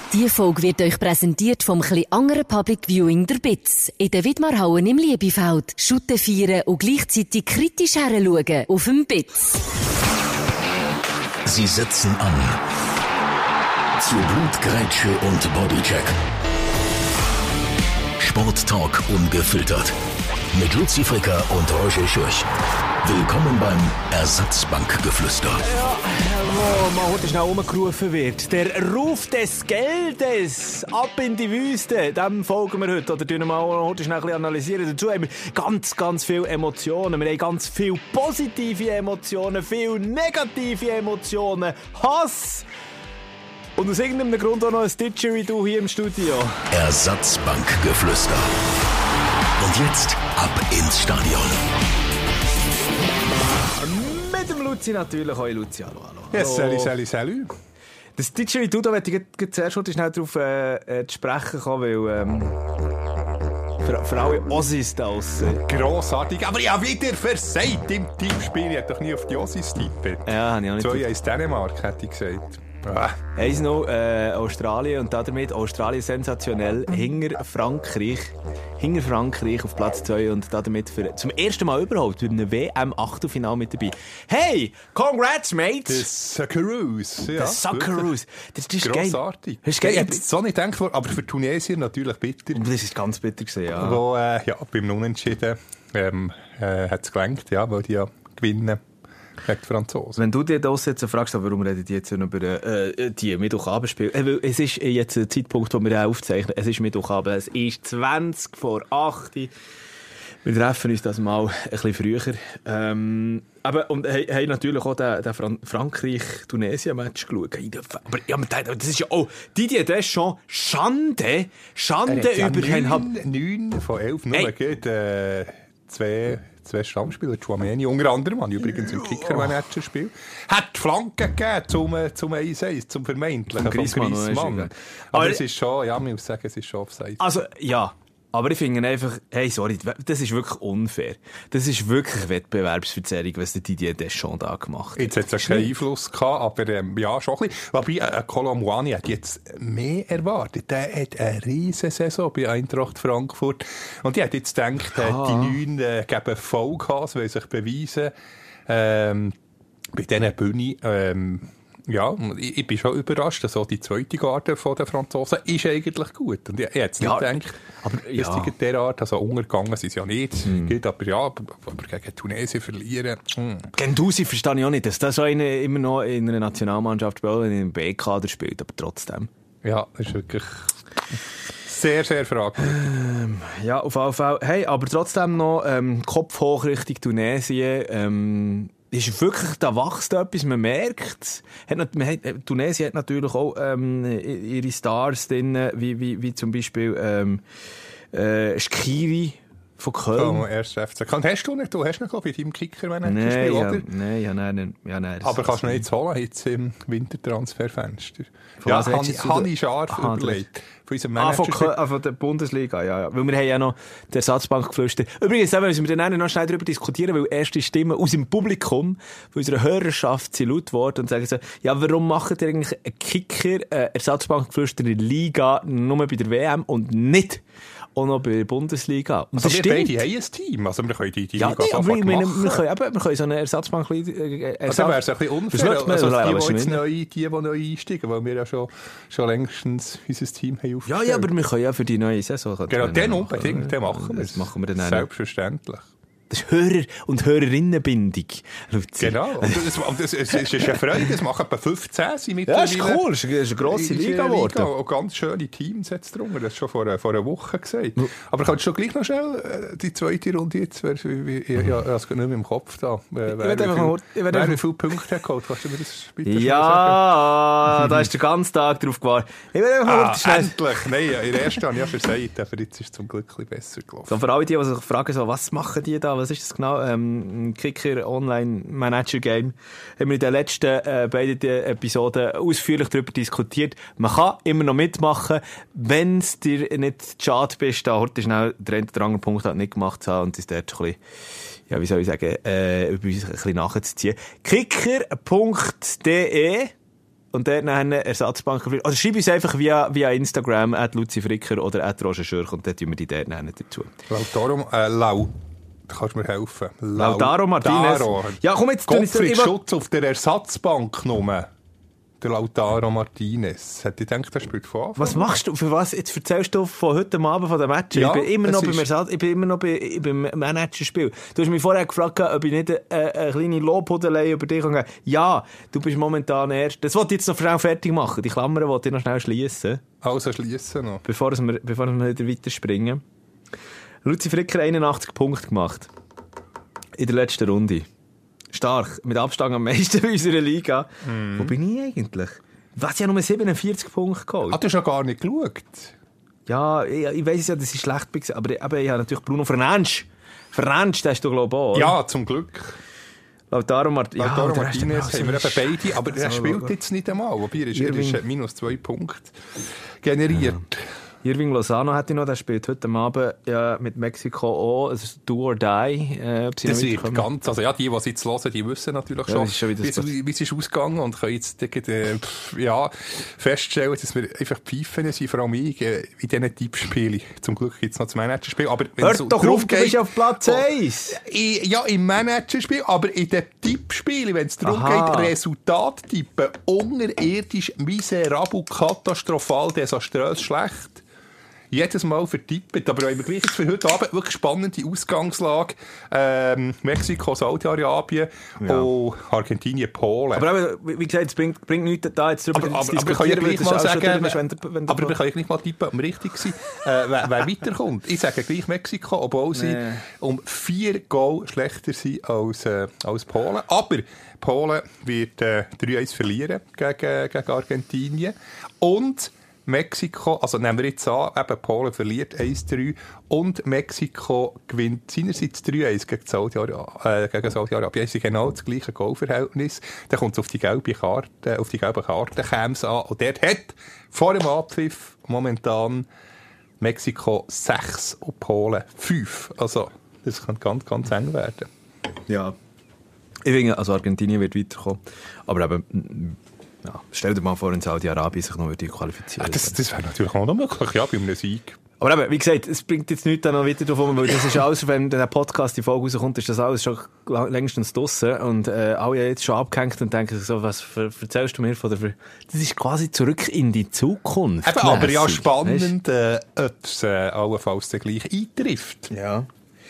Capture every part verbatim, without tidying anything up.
Diese Folge wird euch präsentiert vom chli anderen Public Viewing der B I Z. In der Widmarhauen im Liebefeld. Schutten feiern und gleichzeitig kritisch heranschauen auf dem B I Z. Sie setzen an. Zu Blutgrätsche und Bodycheck. Sporttalk ungefiltert. Mit Luzi Fricker und Roger Schürch. Willkommen beim Ersatzbankgeflüster. Ja, wo mal heute schnell rumgerufen wird. Der Ruf des Geldes ab in die Wüste. Dem folgen wir heute. Oder tun wir mal heute schnell ein bisschen analysieren. Dazu haben wir ganz, ganz viele Emotionen. Wir haben ganz viele positive Emotionen, viele negative Emotionen. Hass. Und aus irgendeinem Grund auch noch ein Didgeridoo hier im Studio. Ersatzbankgeflüster. Und jetzt ab ins Stadion. Mit dem Luzi natürlich. Hoi Luzi, hallo, hallo. Yes, salut, salut, salut. Das Didgeridoo, da möchte ich zuerst schon schnell darauf äh, zu sprechen kommen, weil ähm, für, für alle Ossis da draussen. Grossartig, aber ja, wieder versagt im Tippspiel. Ich hätte doch nie auf die Ossis tippen. Ja, habe ich auch nicht. zwei eins Dänemark, hätte ich gesagt. Ah. Eins noch, äh, Australien und damit Australien sensationell hinter Frankreich. Hinter Frankreich auf Platz zwei und damit für, zum ersten Mal überhaupt bei einem W M-Achtelfinale mit dabei. Hey, congrats, mate! Das Socceroos. Ja, das Socceroos. Das, das ist grossartig. Das ist geil. Ich hätte es so nicht gedacht, aber für Tunesier natürlich bitter. Und das ist ganz bitter gewesen, ja. Wo, äh, ja, beim Unentschieden ähm, äh, hat es gelenkt, ja, weil die ja gewinnen. Die Franzosen. Wenn du dir das jetzt fragst, warum reden die jetzt über äh, die Mittwochabendspiele? Äh, es ist jetzt ein Zeitpunkt, wo wir aufzeichnen. Es ist Mittwochabend, es ist zwanzig vor acht. Wir treffen uns das mal ein bisschen früher. Ähm, aber, und haben hey, natürlich auch den, den Fran- Frankreich-Tunesien-Match geschaut. Aber ja, das ist ja auch, Didier Deschamps, Schande, Schande über neun, neun von elf, nur hey. geht äh, zwei... Zwei Stammspieler, Chouameni unter anderem, habe ich übrigens im Kicker-Manager-Spiel, hat Flanken gegeben zum, zum eins eins, zum vermeintlichen von Griezmann. Griezmann. Aber, aber es ist schon, ja, man muss sagen, es ist schon Offside. Also, ja. Aber ich finde einfach, hey, sorry, das ist wirklich unfair. Das ist wirklich Wettbewerbsverzerrung, was der Didier Deschamps da gemacht hat. Jetzt hat es ja keinen Einfluss gehabt, aber ähm, ja, schon ein bisschen. Wobei, äh, Kolo Muani hat jetzt mehr erwartet. Der hat eine riesen Saison bei Eintracht Frankfurt. Und die hat jetzt gedacht, äh, die Neun äh, geben Vollgas, weil sich beweisen, ähm, bei diesen Bühnen, ähm, ja, ich, ich bin schon überrascht, dass auch die zweite Garde von den Franzosen ist eigentlich gut. Und ich, ich hätte es nicht ja, gedacht, aber, ja. dass die derart, also untergegangen sind ja nicht. Mm. Geht, aber ja, aber, aber gegen Tunesien verlieren. Mm. Gendusi verstehe ich auch nicht, dass das so eine, immer noch in einer Nationalmannschaft spielt, in einem B-Kader spielt, aber trotzdem. Ja, das ist wirklich sehr, sehr fragwürdig. Ähm, ja, auf jeden Fall. Hey, aber trotzdem noch ähm, Kopf hoch Richtung Tunesien. Ähm, ist wirklich, da wächst etwas, man merkt hat, man hat, Tunesien hat natürlich auch ähm, ihre Stars drin, wie, wie, wie zum Beispiel ähm, äh, Shaqiri von Köln. Oh, erst F C Köln. Hast du nicht? Du hast noch bei deinem Kicker-Manager nee, gespielt, ja, oder? Nein, ja, nein, ja, nein. Aber kannst du noch jetzt holen, jetzt im Wintertransferfenster? Von ja, Hanni, Hanni Scharf Aha, überlegt. Von unserem Manager. Ah, von, ah, von der Bundesliga, ja, ja. Weil wir haben ja noch die Ersatzbank geflüstert. Übrigens, da müssen wir dann noch schnell darüber diskutieren, weil erste Stimmen aus dem Publikum, von unserer Hörerschaft, sind laut geworden und sagen so, ja, warum macht ihr eigentlich einen Kicker, eine Ersatzbank geflüstert in der Liga, nur bei der W M und nicht auch noch bei der Bundesliga? Und also wir stimmt. beide haben ein Team, also wir können die, die ja, Liga nee, einfach wir, wir, machen. Wir können, eben, wir können so eine Ersatzbank... Äh, Ersatz- also wäre es ein bisschen unfair, also, also die, die, jetzt neu, die, die neu einsteigen, weil wir ja schon, schon längstens unser Team haben aufgestellt. Ja, ja, aber wir können ja für die neue Saison... Genau, den unbedingt, den machen wir. Das machen wir dann selbstverständlich. Das ist Hörer- und Hörerinnenbindung, Luzi. Genau, und das, und das, es ist eine Freude, es machen etwa fünfzehn sind mittlerweile. Ja, ist cool, es ist eine grosse Liga geworden. Und ganz schöne Teams jetzt drunter, das schon vor, vor einer Woche gesagt. Ja. Aber kannst du schon gleich noch schnell die zweite Runde jetzt, wer, wie, ich, ja, ich habe es nicht mehr im Kopf da. Wer, wer, wie, viel, wer einfach... wie viele Punkte hat geholt? Kannst du mir das bitte Ja, da ist der ganze Tag drauf gewartet. Ich will ah, endlich! Nein, in der ersten habe ich ja versagt, aber jetzt ist es zum Glück ein bisschen besser gelaufen. So, für alle die, die sich fragen, so, was machen die da? Was ist das genau? Ähm, Kicker Online Manager Game. Haben wir in den letzten äh, beiden Episoden ausführlich darüber diskutiert. Man kann immer noch mitmachen, wenn es dir nicht schade bist, da heute schnell den anderen Punkt halt nicht gemacht zu haben und es dort ein bisschen, ja, wie soll ich sagen, äh, über uns ein bisschen nachzuziehen. kicker punkt de und dort dann Ersatzbank. Oder schreib uns einfach via, via Instagram at Luzi Fricker oder at Roger Schürch und dann tun wir die dort dazu. Lautaro, äh, Lau. Da kannst du mir helfen. Lautaro Martinez. Ja, komm jetzt. Gottfried Schutz auf der Ersatzbank genommen. Der Lautaro Martinez. Hätte ich gedacht, der spielt von Anfang. Was machst du? Für was? Jetzt erzählst du von heute Abend von dem Match. Ja, ich bin immer noch beim Ersatz, ich bin immer noch bei, beim Managerspiel. Du hast mich vorher gefragt, ob ich nicht eine, eine kleine Lobhudelei über dich kann. Ja, du bist momentan erst. Das wollte ich jetzt noch schnell fertig machen. Die Klammern wollte ich noch schnell schließen. Also schließen noch. Bevor wir, bevor wir wieder weiterspringen. Luzi Fricker einundachtzig Punkte gemacht. In der letzten Runde. Stark. Mit Abstand am meisten in unserer Liga. Mm. Wo bin ich eigentlich? Was, ich habe nur siebenundvierzig Punkte geholt. Ah, du hast ja gar nicht geschaut. Ja, ich, ich weiss ja, dass ich schlecht war. Aber, aber ich habe natürlich Bruno Fernandes. Fernandes, den hast du, glaube ich, auch. Ja, zum Glück. Lautaro, Mart ja, Lautaro Martinez haben wir eben beide. Aber er spielt jetzt nicht einmal. Wobei er ist, er ist minus zwei Punkte generiert. Ja. Irving Lozano hätte ich noch, der spielt heute Abend ja, mit Mexiko auch, also Do or Die. Äh, das wird ganz, also ja, die, die es jetzt hören, die wissen natürlich ja, schon, wie es ist ausgegangen und können jetzt äh, ja, feststellen, dass wir einfach Pfeifen sind, vor allem ich, äh, in diesen Tippspielen. Zum Glück gibt es noch das Managerspiel. Aber hör so doch auf, du bist auf Platz eins! Oh, ja, im Managerspiel, aber in den Tippspielen, wenn es darum Aha. geht, Resultat tippen, unterirdisch, miserabel, katastrophal, desaströs, schlecht. Jedes Mal vertippt, aber wenn wir gleich jetzt für heute Abend wirklich spannende Ausgangslage, ähm, Mexiko, Saudi-Arabien ja. und Argentinien, Polen. Aber eben, wie gesagt, es bringt, bringt nichts da jetzt drüber aber, zu aber, aber wir können ja gleich mal sagen, wenn, wenn, wenn aber wir können ja gleich mal tippen, ob wir richtig sind, äh, wer, wer weiterkommt. Ich sage gleich Mexiko, obwohl sie nee. um vier Goal schlechter sind als, äh, als Polen. Aber Polen wird äh, drei eins verlieren gegen, gegen Argentinien. Und Mexiko, also nehmen wir jetzt an, eben Polen verliert eins drei und Mexiko gewinnt seinerseits drei eins gegen Saudi-Arabien. Äh, gegen Saudi-Arabien. Es ist genau das gleiche Goalverhältnis. Dann kommt es auf die gelbe Karte, auf die gelbe Karte käm's an. Und dort hat vor dem Abpfiff momentan Mexiko sechs und Polen fünf. Also, das kann ganz, ganz eng werden. Ja. Ich denke, also Argentinien wird weiterkommen. Aber eben, ja, stell dir mal vor, in Saudi-Arabien sich noch qualifizieren. Ja, das das wäre natürlich auch noch möglich, ja, bei einem Sieg. Aber eben, wie gesagt, es bringt jetzt nichts noch weiter davon, weil das ist alles, wenn der Podcast die Folge rauskommt, ist das alles schon längstens draussen und äh, alle jetzt schon abgehängt und denken so, was für, erzählst du mir von der... Das ist quasi zurück in die Zukunft. Eben, aber ja spannend, äh, ob es äh, allenfalls gleich eintrifft. Ja.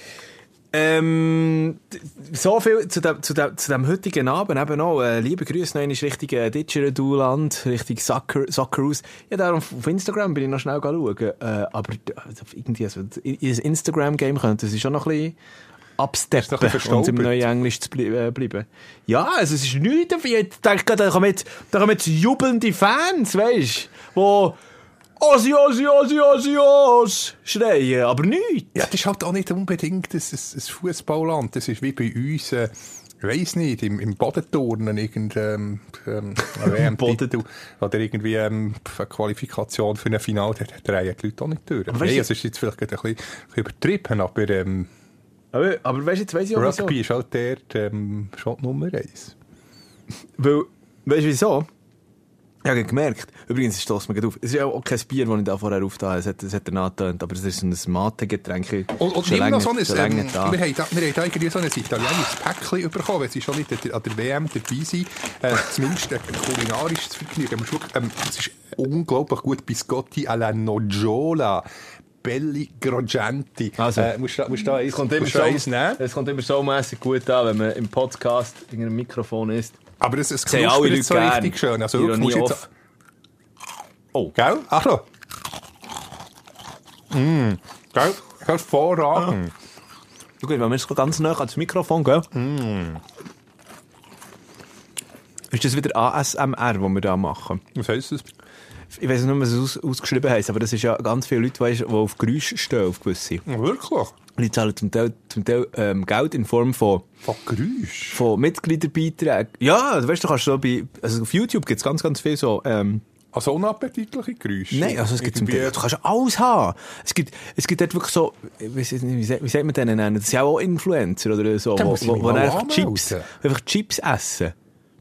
Ähm, so viel zu dem, zu dem, zu dem heutigen Abend. Eben noch, äh, liebe Grüße noch einmal Richtung äh, Didgeridoo-Land, Richtung Soccer, Socceroos. Ja, darum auf Instagram bin ich noch schnell schauen. Äh, aber also, irgendwie, also, in das Instagram-Game könnte sie schon noch ein bisschen absteppen und im neuen Englisch zu blie- äh, bleiben. Ja, also es ist nichts dafür. Ich denke, da kommen jetzt, da kommen jetzt jubelnde Fans, weißt du, wo Ossi, Ossi, Ossi, Ossi, Ossi schreien, aber nichts. Ja, das ist halt auch nicht unbedingt ein, ein Fußballland. Das ist wie bei uns, äh, ich weiss nicht, im, im Bodenturnen irgendein ähm, ähm, Titel oder irgendwie ähm, eine Qualifikation für ein Finale, da drehen die Leute auch nicht durch. Nein, es ist jetzt vielleicht ein bisschen, ein bisschen übertrieben, aber ähm, aber, aber weißt, jetzt weiss ich auch Rugby wieso. ist halt der ähm, schon Nummer eins. Weil, weißt du wieso? Ich habe gemerkt, übrigens, es stößt mir gerade auf, es ist ja auch kein Bier, das ich da vorher aufgetan habe, es hat, es hat er nachgetönt, aber es ist so ein Mate-Getränk. Und, und immer noch so ein, ähm, wir haben da, wir haben da irgendwie so ein italienisches Päckchen bekommen, wenn sie schon nicht an der W M dabei sind, äh, zumindest ein kulinarisches Vergnügen. Ähm, es ist unglaublich gut, Biscotti alla Noggiola. Belli Grogenti. Also, äh, musst du, musst du eins, es kommt immer musst du so, eins nehmen? Es kommt immer so mässig gut an, wenn man im Podcast in einem Mikrofon ist. Aber es, es knuspert ist so richtig schön. Also, du musst jetzt... Oh, gell? Achtung. Mm, gell? Hervorragend. Du gehst, wenn wir jetzt ganz nah ans Mikrofon gehen. Mm. Ist das wieder A S M R, das wir da machen? Was heisst das? Ich weiss nicht, wie es aus, ausgeschrieben heisst, aber das ist ja ganz viele Leute, weißt, die auf Geräusche stehen, auf gewisse. Wirklich? Die zahlen zum Teil, zum Teil ähm, Geld in Form von... Von Geräusch? Von Mitgliederbeiträgen. Ja, du weißt, du kannst so bei... Also auf YouTube gibt es ganz, ganz viel so... Ähm, also unappetitliche Geräusche? Nein, also es gibt zum Teil... Du kannst alles haben. Es gibt, es gibt dort wirklich so... Wie, wie, wie sagt man denen nennen? Das sind ja auch Influencer oder so, da wo, wo, wo, wo einfach Chips, einfach Chips essen.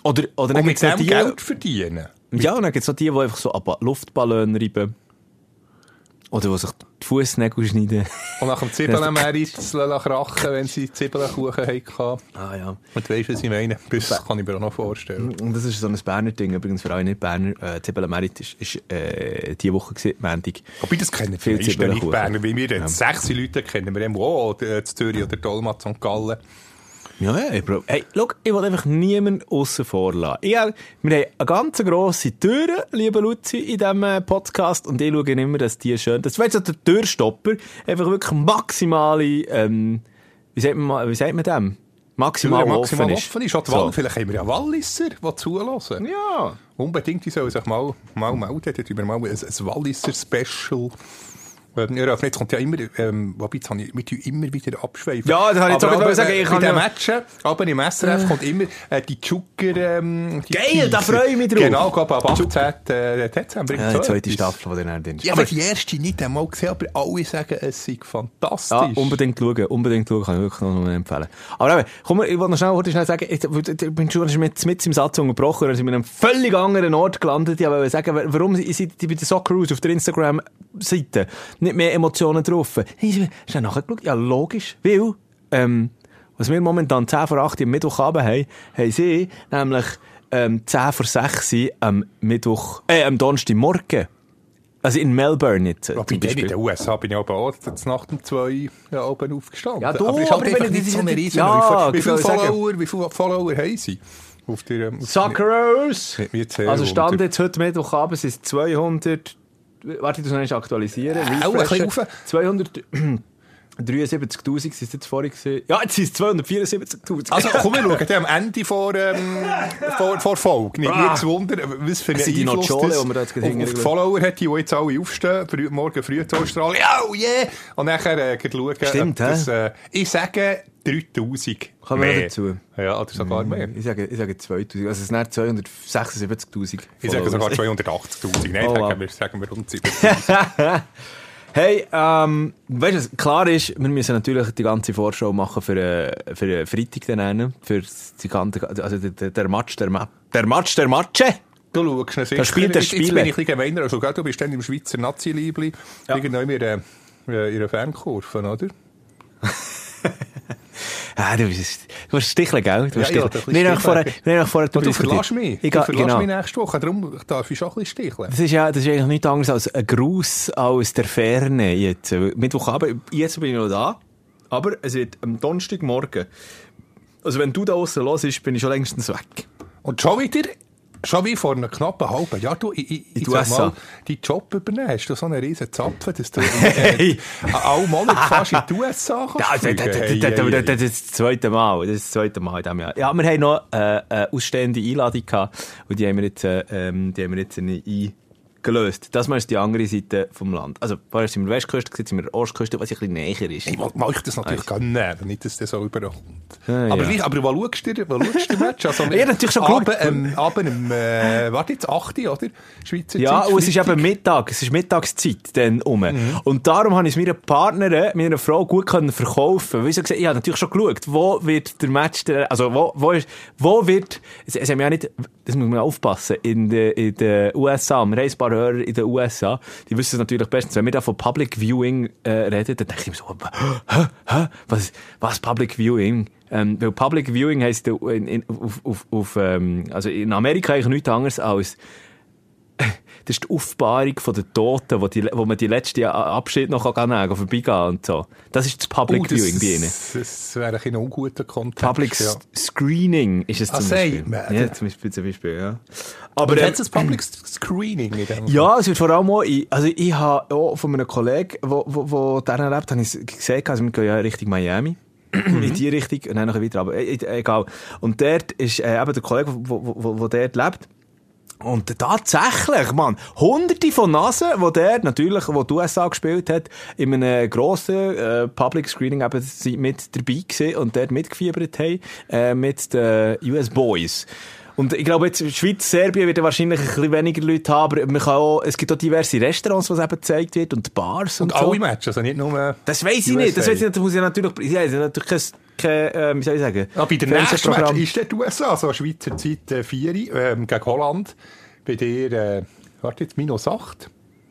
Oder, oder dann Und mit gibt's noch dem die, Geld verdienen. ja, und dann gibt es noch die, die einfach so ab Luftballone reiben. Oder die sich die Fussnägel schneiden. Und nach dem Zwiebelmerit krachen, wenn sie Zwiebelkuchen hatten. Ah ja. Und weisst du, was ich meine? Das kann ich mir auch noch vorstellen. Und das ist so ein Berner Ding, übrigens für alle nicht Berner. Äh, Zwiebelmerit ist, ist äh, diese Woche gewesen, Montag. Wobei, das kennen Viel die meisten nicht Zwiebelkuchen. Berner. Wie wir jetzt ja. sechs Leute kennen, wir haben oh, in Zürich oder Dolmat Sankt Gallen. Ja, ja, Bro. Hey, schau, ich will einfach niemanden aussen vor lassen. Ich, wir haben eine ganz grosse Tür, liebe Luzi, in diesem Podcast. Und ich schaue immer, dass die schön, das ist so der Türstopper, einfach wirklich maximale, ähm, wie sagt man, wie sagt man dem? Maximal, ja, maximal offen ist. Offen ist. So. Vielleicht haben wir ja Walliser, die zulassen. Ja. Unbedingt, die sollen sich mal, mal melden. Dort über mal ein, ein Walliser-Special. Ähm, ja, jetzt kommt ja immer, ähm, wobei, jetzt habe ich, wir tun immer wieder abschweifen. Ja, das habe ich jetzt auch wieder sagen. Ich kann in den Matchen, aber im S R F kommt immer äh, die Zucker, ähm, die Geil, Teaser. Da freue ich mich drauf. Genau, ab achtzehnten Dezember. Ja, die zweite Staffel, die dann drin ist. Ja, aber die erste nicht einmal gesehen, aber alle sagen, es sei fantastisch. Ja, unbedingt schauen, unbedingt schauen, kann ich wirklich noch empfehlen. Aber eben, komm, ich wollte noch schnell, wollte schnell sagen, ich, ich bin schon mit, mit im Satz unterbrochen, und sind in einem völlig anderen Ort gelandet. Ich wollte sagen, warum seid ihr bei der Socceroos auf der Instagram-Seite nicht mehr Emotionen drauf? Ich habe schnell nachgeschaut, ja, logisch, weil, ähm, was wir momentan zehn vor acht am Mittwochabend haben, haben sie nämlich ähm, zehn vor sechs am Mittwoch, äh, am Donnerstagmorgen. Also in Melbourne jetzt. Ja, bei denen in den U S A bin ich aber auch jetzt nach dem zwei ja, oben aufgestanden. Ja, du, aber es ist halt aber einfach wenn nicht die- so eine riesen ja, wie, viele ich will Follower, wie viele Follower haben sie? Auf der, ähm, auf Socceroos! der- Mir sehr Also stand wundert. jetzt heute Mittwochabend, sind es zweihundert, warte, du sollst aktualisieren. Äh, auch ein bisschen refreshen. zweihundertdreiundsiebzigtausend sind es jetzt vorhin gesehen. Ja, jetzt sind es zweihundertvierundsiebzigtausend. Also komm, wir schauen dann am Ende vor, ähm, vor, vor Folge. Nicht Ah. ah. zu wundern, was für einen Es sind die Einfluss Notchole, das die wir da jetzt gerade auf, auf die hinten Follower hat, die jetzt alle aufstehen, früh, morgen früh zur Ausstrahlung. Ja, oh yeah! Und nachher äh, gleich schauen, Stimmt, ob das, äh, ich sage dreitausend. Kommen wir mehr. noch dazu. Ja, oder sogar mehr. Ich sage, ich sage zweitausend. Also es sind zweihundertsechsundsiebzigtausend. Ich sage sogar zweihundertachtzigtausend. Nein, Oh, sagen, wow. wir, sagen wir rund siebzigtausend. Hey, ähm, weißt du, klar ist, wir müssen natürlich die ganze Vorschau machen für, äh, für äh, Freitag dann einen, für die ganze, also der, der Match, der, Ma der Match, der Matsche. Du schaust ihn sicher. Da spielt er Jetzt- Jetzt Spiele. bin ich ein bisschen gemeiner. Also, gell, du bist dann im Schweizer Nazi-Liebli. Ja. Irgendwo in ihrer, in ihrer Fernkurve, oder? Ah, du bist, du bist sticheln, gell? Du Ja, bist ja, sticheln. das ist Wir haben vorher, sticheln. wir haben vorher Du, du diskutiert. verlässt mich. Ich Du ga- verlässt genau. mich nächste Woche. Darum darf ich schon ein bisschen sticheln. Das ist ja, das ist eigentlich nichts anderes als ein Gruß aus der Ferne jetzt. Mittwochabend, jetzt bin ich noch da, aber es wird am Donnerstagmorgen. Also wenn du da draussen hörst, bin ich schon längstens weg. Und schon wieder, schon wie vor einem knappen halben Jahr, du, ich, ich, ich den sag U S A. mal, deinen Job übernehmen. Hast du so einen riesen Zapfen, dass du äh, alle Monate fast in die U S A kannst Ja, das, fliegen? das, das, Hey, das, hey, hey. das ist das zweite Mal. Das ist das zweite Mal in diesem Jahr. Ja, wir haben noch äh, eine ausstehende Einladung gehabt und die haben wir jetzt, äh, ähm, die haben wir jetzt nicht eingelöst. Das mal ist die andere Seite vom Land. Also vorher sind wir Westküste, jetzt sind wir Ostküste, was ein bisschen näher ist. Ich mag ich das natürlich gar nicht, nicht, dass das so überkommt. Ja, aber, ja. wie, aber wo schaust du, wo schaust du den Match? Also, Ja, natürlich schon aber, geschaut. ähm, aber im, äh, warte jetzt, acht Uhr, oder? Schweizer Ja, Zeit. und es ist Freitag. eben Mittag, es ist Mittagszeit dann um. Mhm. Und darum habe ich es meiner Partnerin, meiner Frau gut können verkaufen. Weil ich so gesagt, ich habe natürlich schon geschaut, wo wird der Match, der, also wo, wo ist, wo wird, es, es haben ja nicht, das muss man aufpassen, in den in de U S A, wir haben ein paar Hörer in den U S A, die wissen es natürlich bestens, wenn wir da von Public Viewing äh, reden, dann denke ich mir so, hä, hä, was, was Public Viewing? Ähm, weil Public Viewing heisst in, in, auf, auf, auf, ähm, also in Amerika eigentlich nichts anderes als das ist die Aufbahrung von den Toten, wo, die, wo man die letzte Abschied noch kann nehmen, vorbeigehen und so. Das ist das Public Oh, das, Viewing bei ihnen. Das wäre ein unguter Kontext. Public ja. S- Screening ist es Ah, zum sei, Beispiel. man. Ja, zum Beispiel, zum Beispiel, ja. Aber Aber, ähm, hat es ein Public Screening in dem? ja, es wird vor allem auch, in, also ich habe auch von einem Kollegen, wo, wo, wo der erlebt, habe ich gesehen, also wir gehen ja Richtung Miami. In die Richtung, und dann noch weiter, aber äh, egal. Und dort ist äh, eben der Kollege, wo, wo, wo, wo dort lebt. Und tatsächlich, Mann, hunderte von Nasen, wo der natürlich, wo die U S A gespielt hat, in einem grossen äh, Public Screening eben sind mit dabei gewesen und dort mitgefiebert haben, äh, mit den U S Boys. Und ich glaube, jetzt Schweiz, Serbien wird wahrscheinlich ein bisschen weniger Leute haben, aber man kann auch, es gibt auch diverse Restaurants, wo es eben gezeigt wird und Bars und, Und so. alle Matches, also nicht nur... Das weiss ich nicht, das weiss ich nicht, das muss ich natürlich... Ja, das ist natürlich kein, kein äh, wie soll ich sagen... Ah, bei der nächsten Match ist der U S A, also Schweizer Zeit äh, vier ähm, gegen Holland. Bei dir, äh, warte jetzt, minus acht.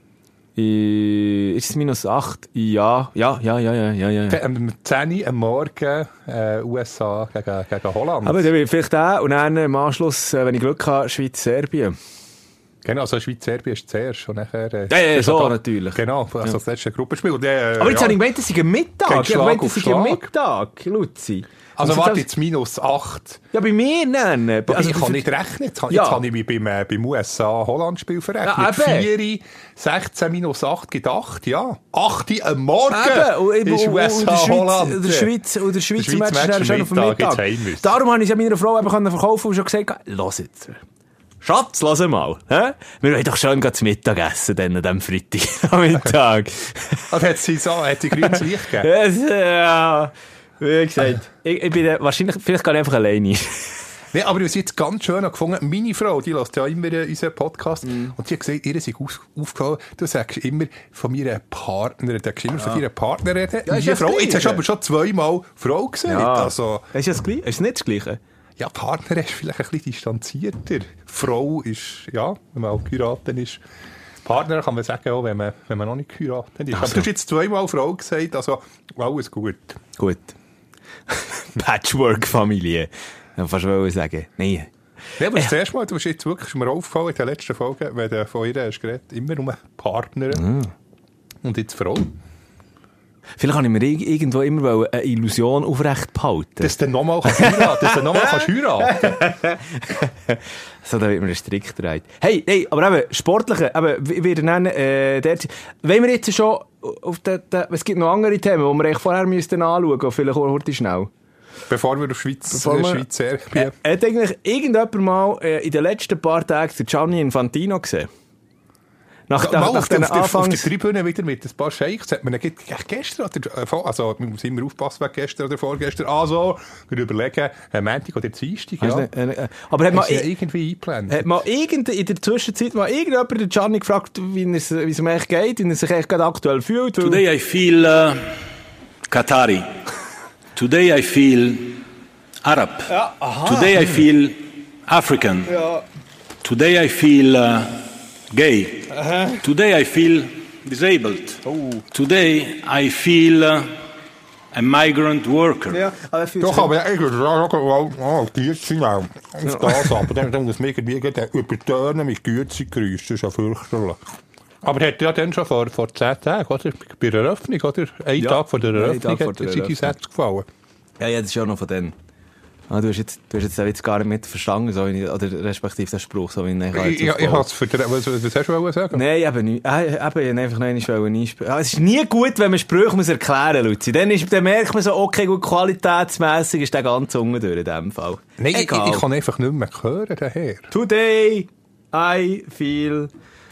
Äh, ist es minus acht? Ja, ja, ja, ja, ja, ja, ja. Um zehn Uhr am Morgen äh, U S A gegen, gegen Holland. Aber dann will vielleicht auch, und dann im Anschluss, äh, wenn ich Glück habe, Schweiz-Serbien. Genau, also Schweiz-Serbien ist zuerst und nachher... Äh, Ja, ja, so da, natürlich. Genau, also Ja. das letzte Gruppenspiel. Und, äh, Aber jetzt ja. habe ich gemeint, es ist ein Mittag. Kein Ich habe gemeint, Schlag es auf ist ein Schlag. Mittag, Luzi. Also Und warte das- jetzt minus acht. Ja, bei mir nennen. Also, Also, ich kann nicht rechnen. Jetzt, Ja. jetzt habe ich mich beim, äh, beim U S A-Holland-Spiel verrechnet. Ja, eben. vier, sechzehn minus acht gedacht, ja. acht am Morgen Eben, und, ist und, U S und der Schweiz, Holland. und der Schweiz, und der Schweizer Schweiz Match ist Match dann schon am auf dem Mittag, Mittag. jetzt heim müssen. Darum habe ich es ja meiner Frau eben können verkaufen und schon gesagt, los jetzt. Schatz, lass mal. Hä? Wir wollen doch schon zu Mittag essen dann an diesem Freitag am Mittag. Also hat sie so, hat sie grünes Licht gegeben? Das, ja, wie gesagt, ich, ich bin äh, wahrscheinlich, vielleicht gar nicht einfach alleine. Nee, aber was ich jetzt ganz schön habe gefunden, meine Frau, die hört ja immer äh, unseren Podcast, mm. und die hat gesagt, ihr ist auf, aufgefallen, du sagst immer von meiner Partnerin, du sagst immer ja. von deiner Partnerin, Ja, die Frau, jetzt hast du aber schon zweimal Frau gesagt. Ja. Also, Ist das gleich? Ist es nicht das Gleiche? ja, Partner ist vielleicht ein bisschen distanzierter. Frau ist, ja, wenn man auch geheiratet ist. Partner kann man sagen, auch wenn man, wenn man noch nicht geheiratet ist. Ach Aber so. du hast jetzt zweimal Frau gesagt, also alles gut. Gut. Patchwork-Familie. Ich fast wollte sagen. Nein. Ja, aber das erste Mal, du bist jetzt wirklich, ist mir aufgefallen in der letzten Folge, wenn du von ihr hast geredet, immer um Partner Mm. und jetzt Frau. Vielleicht habe ich mir ir- irgendwo immer eine Illusion aufrecht behalten. Dass du nochmal heiraten dass du nochmal heiraten So, da wird mir ein Strick gedreht. Hey, hey, aber eben, Sportliche, eben, wir wir nennen, äh, dort, wenn wir jetzt schon auf den, den, es gibt noch andere Themen, die wir eigentlich vorher müssten anschauen, vielleicht auch heute schnell. Bevor wir auf Schweiz, Bevor äh, wir- Schweiz Serbien. Äh, hat eigentlich irgendjemand mal äh, in den letzten paar Tagen den Gianni Infantino gesehen? Nach, Mal nach, auf, nach der, den auf, der, auf der Anfangs... Tribüne wieder mit ein paar Sheiks. Hat man ge- ge- gestern, oder, äh, vor- also man muss immer aufpassen, wer gestern oder vorgestern, also, wir überlegen, äh, Montag oder Dienstag, ja. Hast du- äh, äh, aber hat man, Ist ja irgendwie eingeplant. hat man irgend, in der Zwischenzeit mal irgendjemand den Gianni gefragt, wie es, wie es ihm eigentlich geht, wie er sich eigentlich gerade aktuell fühlt? weil- Today I feel uh, Qatari. Today I feel Arab. Today I feel African. Today I feel uh, gay. Today I feel disabled. Today I feel uh, a migrant worker. Ja, aber er fühlt Doch, sich- aber ich würde sagen, oh, Güezi auch. Auf das, aber dann, dann muss man irgendwie gleich übertönen mit Güezi-Geräusch, das ist ja fürchterlich. Aber er hat ja dann schon vor, vor zehn Tagen, oder? Bei der Eröffnung, oder? Ein Ja, Tag vor der ein Eröffnung Tag vor hat der er sich die Eröffnung. Sätze gefallen. Ja, ja, das ist ja noch von denen. Ah, du hast jetzt, du hast jetzt den Witz gar nicht mit verstanden, so wie ich, oder respektive den Spruch, so wie ich ihn Ich, jetzt ich, ich aufgebaut. hab's für den, was, was hast du wollen sagen? Nein, eben nicht. Äh, eben, ich wollte einfach noch einmal einspielen. Ah, es ist nie gut, wenn man Sprüche muss erklären muss, Luzi. Dann, ist, dann merkt man so, okay, gut, qualitätsmässig ist der ganze unten durch in dem Fall. Nein, ich, ich Egal. kann einfach nicht mehr hören, daher. Today I feel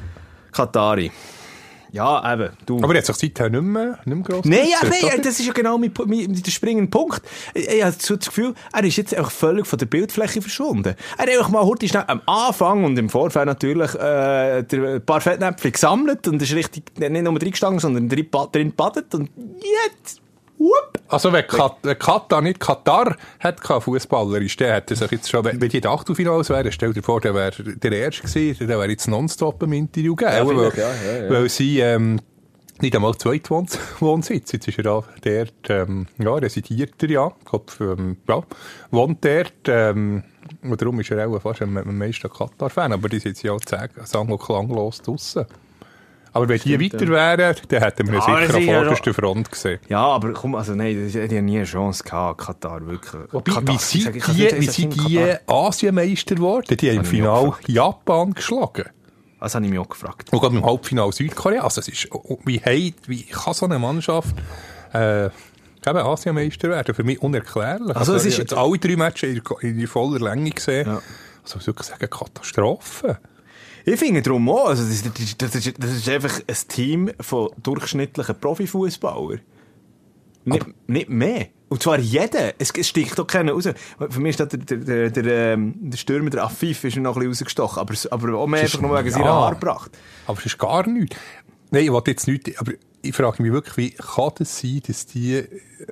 Qatari. Ja, eben, du. Aber er hat sich seither nicht mehr, nicht mehr gross Nein, geäussert, aber oder? das ist ja genau mein, mein, der springende Punkt. Ich, ich habe so das Gefühl, er ist jetzt einfach völlig von der Bildfläche verschwunden. Er hat einfach mal heute schnell am Anfang und im Vorfeld natürlich äh, der, ein paar Fettnäpfchen gesammelt und ist richtig nicht nur reingestanden, sondern drin drin gebadet und jetzt, whoop. Also wenn Kat wenn Katar nicht Katar hat keinen Fußballer ist, der hätte sich jetzt schon, wenn die Achtelfinals wären, stell dir vor, der wäre der Erste gewesen, der wäre jetzt nonstop im Interview gegeben, weil, vielleicht, ja, ja, ja. weil sie ähm, nicht einmal Zweitwohnsitz, jetzt ist er da dort, ähm, ja, residiert er ja, ich glaub, ähm, ja, wohnt dort, ähm, und darum ist er auch fast am, am meisten Katar-Fan, aber die sind ja auch sang- und klanglos draussen. Aber wenn die weiter wären, dann hätten wir ihn Aber sicher sie an ja vorderster Front gesehen. Ja, aber komm, also nein, das- die haben nie eine Chance gehabt, Katar, wirklich. Wobei, Katar, wie ich sind sag- ich kann die, nicht wie sagen, sind die Katar. Asienmeister geworden? Die haben im Habe ich mich Final auch Japan geschlagen. Das habe ich mich auch gefragt. Und gerade im Halbfinale Südkorea. Also es ist, wie, hey, wie kann so eine Mannschaft äh, eben Asienmeister werden? Für mich unerklärlich. Also es ist- ich habe jetzt alle drei Matches in, in in voller Länge gesehen. Ja. Also ich würde sagen, Katastrophe. Ich finde darum auch, also das, ist, das, ist, das ist einfach ein Team von durchschnittlichen Profifußballern. Nicht, nicht mehr. Und zwar jeder. Es, es sticht doch keiner raus. Für mich ist der, der, der, der, der Stürmer, der Afif, ist noch ein bisschen rausgestochen. Aber, aber auch mehr einfach nur wegen seiner Haare gebracht. Aber es ist gar nichts. Nein, ich wollte jetzt nicht, aber ich frage mich wirklich, wie kann das sein, dass die,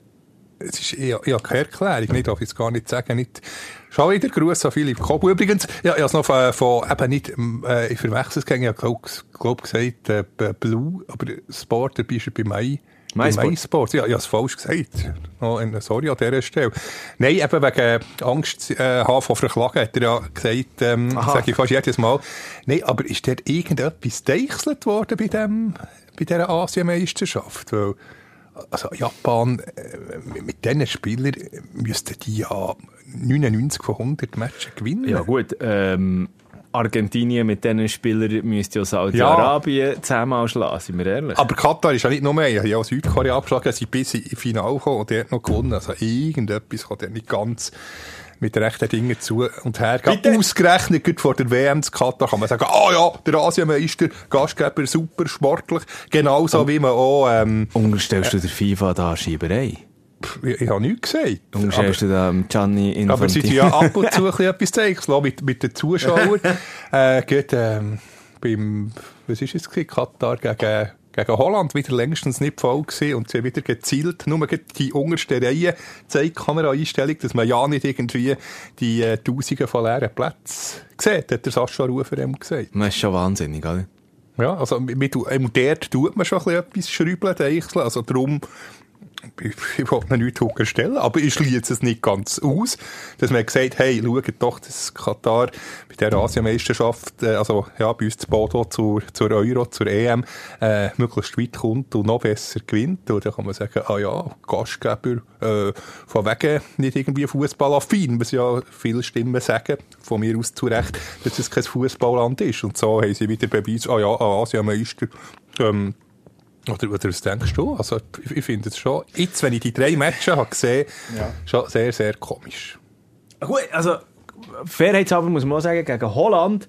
es ist, ich, ich habe keine Erklärung, ich darf jetzt gar nicht sagen, nicht, schon wieder Gruß an Philipp Kobu. Übrigens, ja, ich habe es noch von, von eben nicht, äh, ich verwechsel es gegen, ich habe glaube glaub gesagt, äh, Blue, aber Sport, da bist du bei Mai. MySport. MySport, ja, ich habe es falsch gesagt. Oh, sorry an dieser Stelle. Nein, eben wegen Angst äh, haben von Verklagen hat er ja gesagt, ähm, sage ich fast jedes Mal. Nein, aber ist dort irgendetwas deichselt worden bei, dem, bei dieser Asienmeisterschaft? Weil, also Japan, äh, mit diesen Spielern müssten die ja neunundneunzig von hundert Matches gewinnen. Ja gut, ähm... Argentinien mit diesen Spielern müsste ja Saudi-Arabien ja. zehnmal schlagen, sind wir ehrlich. Aber Katar ist ja nicht nur mehr. Ich habe ja auch Südkorea abgeschlagen, sie sind bis ins Finale gekommen und der hat noch gewonnen. Also irgendetwas kann der nicht ganz mit rechten Dingen zu und her gehen. Ausgerechnet vor der W M zu Katar kann man sagen, ah oh ja, der Asienmeister, Gastgeber, super sportlich. Genauso um, wie man auch... Ähm, unterstellst du der FIFA da Schieberei? Ich, ich habe nichts gesagt. Unterstellst du da Gianni Infantino? Aber sie tun ja ab und zu ein etwas zeigen, mit, mit den Zuschauern. äh, geht, ähm, beim, was ist es gewesen? Katar gegen, gegen Holland wieder längstens nicht voll gewesen und sie haben wieder gezielt, nur die unterste Reihe Zeitkamera-Einstellung, dass man ja nicht irgendwie die äh, Tausende von leeren Plätzen sieht, hat der Sascha Rufer gesagt. Das ist schon wahnsinnig, oder? Ja, also mit, mit, dort tut man schon ein bisschen etwas schrübeln, deichseln, also darum ich, ich wollte mir nichts unterstellen, aber ich schließe es nicht ganz aus, dass man gesagt hat, hey, schaut doch, dass Katar bei der Asienmeisterschaft, äh, also ja, bei uns zu Bodo zur, zur Euro, zur E M, äh, möglichst weit kommt und noch besser gewinnt. Und dann kann man sagen, ah ja, Gastgeber, äh, von wegen nicht irgendwie Fußballaffin, was ja viele Stimmen sagen, von mir aus zu Recht, dass es kein Fußballland ist. Und so haben sie wieder bewiesen, ah ja, ein Asienmeister, ähm, Oder, oder was denkst du? Also, ich, ich finde es schon, jetzt, wenn ich die drei Matches habe gesehen, ja. schon sehr, sehr komisch. Gut, also, fairheitshalber muss man auch sagen, gegen Holland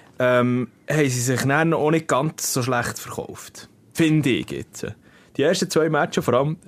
ähm, haben sie sich dann auch nicht ganz so schlecht verkauft. Finde ich jetzt. Die ersten zwei Matches, vor allem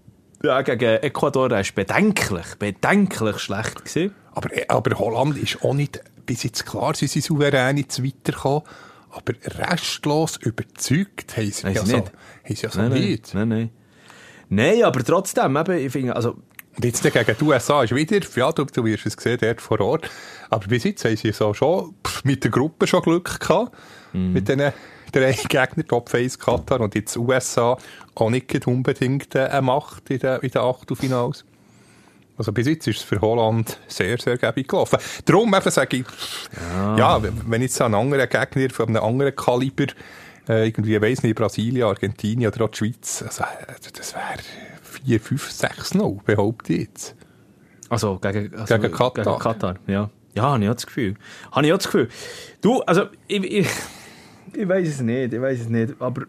ja, gegen Ecuador, das war bedenklich, bedenklich schlecht gewesen. Aber, aber Holland ist auch nicht, bis jetzt klar, sie sind souverän jetzt weitergekommen. Aber restlos überzeugt haben sie, ja so, haben sie ja so nein, nicht. Nein, nein. Nein, aber trotzdem, eben, ich finde, also... Und jetzt gegen die U S A ist wieder, ja, du, du wirst es gesehen, dort vor Ort. Aber bis jetzt haben sie so schon mit der Gruppe schon Glück gehabt. Mm. Mit diesen drei Gegnern, Top eins Katar und jetzt U S A auch nicht unbedingt eine Macht in den, in den Achtelfinals. Also bis jetzt ist es für Holland sehr, sehr gäbig gelaufen. Darum eben sage ich, ja, ja wenn jetzt ein anderer Gegner von einem anderen Kaliber, äh, irgendwie, ich weiss nicht, Brasilien, Argentinien oder auch die Schweiz, also, das wäre vier, fünf, sechs null, behaupte ich jetzt. Also gegen, also gegen Katar. Gegen Katar, ja. Ja, habe ich auch das Gefühl. Habe ich auch das Gefühl. Du, also, ich, ich, ich weiss es nicht, ich weiss es nicht, aber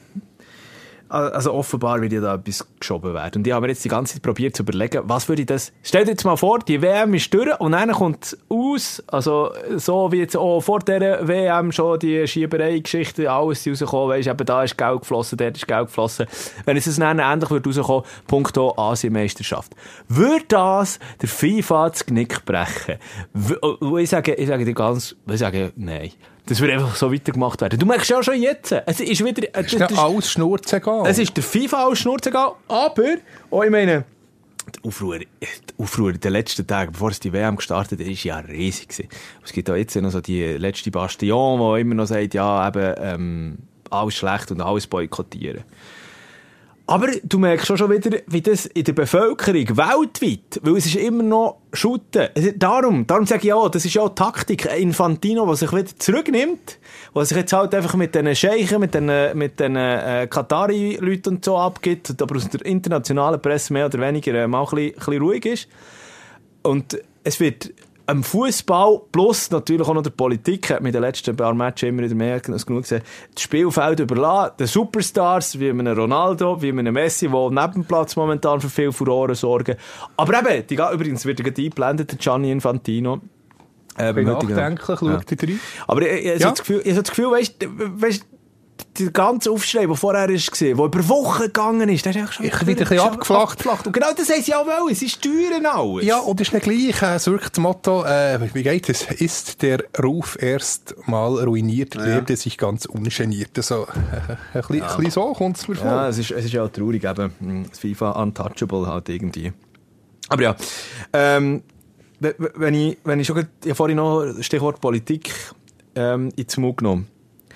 also offenbar wird ja da etwas geschoben werden. Und ich habe mir jetzt die ganze Zeit probiert zu überlegen, was würde ich das... Stell dir jetzt mal vor, die W M ist durch und dann kommt es aus, also so wie jetzt auch vor dieser W M schon die Schieberei-Geschichte, alles rausgekommen, weisst, eben da ist Geld geflossen, dort ist Geld geflossen. Wenn es dann endlich wird rauskommen, punkto Asienmeisterschaft. Würde das der FIFA das Genick brechen? Und ich sage, ich sage dir ganz, ich sage, nein. Das wird einfach so weitergemacht werden. Du merkst ja schon jetzt, es ist wieder... Es ist ja alles schnurzegal. Es ist der FIFA alles schnurzegal, aber, oh, ich meine, die Aufruhr, die Aufruhr in den letzten Tagen, bevor es die W M gestartet ist, war ja riesig gewesen. Es gibt auch jetzt noch so die letzte Bastion, die immer noch sagt, ja, eben, ähm, alles schlecht und alles boykottieren. Aber du merkst schon wieder, wie das in der Bevölkerung weltweit, weil es ist immer noch Shooten. Darum, darum sage ich auch, das ist ja auch Taktik. Infantino, der sich wieder zurücknimmt, der sich jetzt halt einfach mit den Scheichen, mit den, mit den äh, Katari-Leuten und so abgibt, aber aus der internationalen Presse mehr oder weniger äh, mal ein bisschen, ein bisschen ruhig ist. Und es wird am Fußball plus natürlich auch noch der Politik, hat mit den letzten paar Matches immer wieder mehr als genug gesehen, das Spielfeld überlassen, den Superstars, wie einem Ronaldo, wie einem Messi, die neben dem Platz momentan für viel Furore sorgen. Aber eben, die, übrigens wird er eingeblendet, der Gianni Infantino. Äh, nachdenklich, schaut ja. er rein. Aber ich, ich, ich, ja. habe das Gefühl, ich habe das Gefühl, weißt, weißt, der ganze Aufschrei, der vorher war, der über Wochen gegangen ist, der ist eigentlich schon ich wieder ein bisschen abgeflacht. abgeflacht. Und genau das haben sie auch wollen. Sie steuern alles. Ja, und das ist nicht gleich. Äh, es wirkt das Motto, äh, wie geht es? Ist der Ruf erst mal ruiniert, ja. lebt er sich ganz ungeniert. So, äh, ein bisschen, ja. ein bisschen so kommt es mir vor. Ja, es ist, es ist ja auch traurig, eben. Das FIFA Untouchable halt irgendwie. Aber ja, ähm, wenn ich, wenn ich schon ja, vorhin noch Stichwort Politik ähm, ins Mund genommen.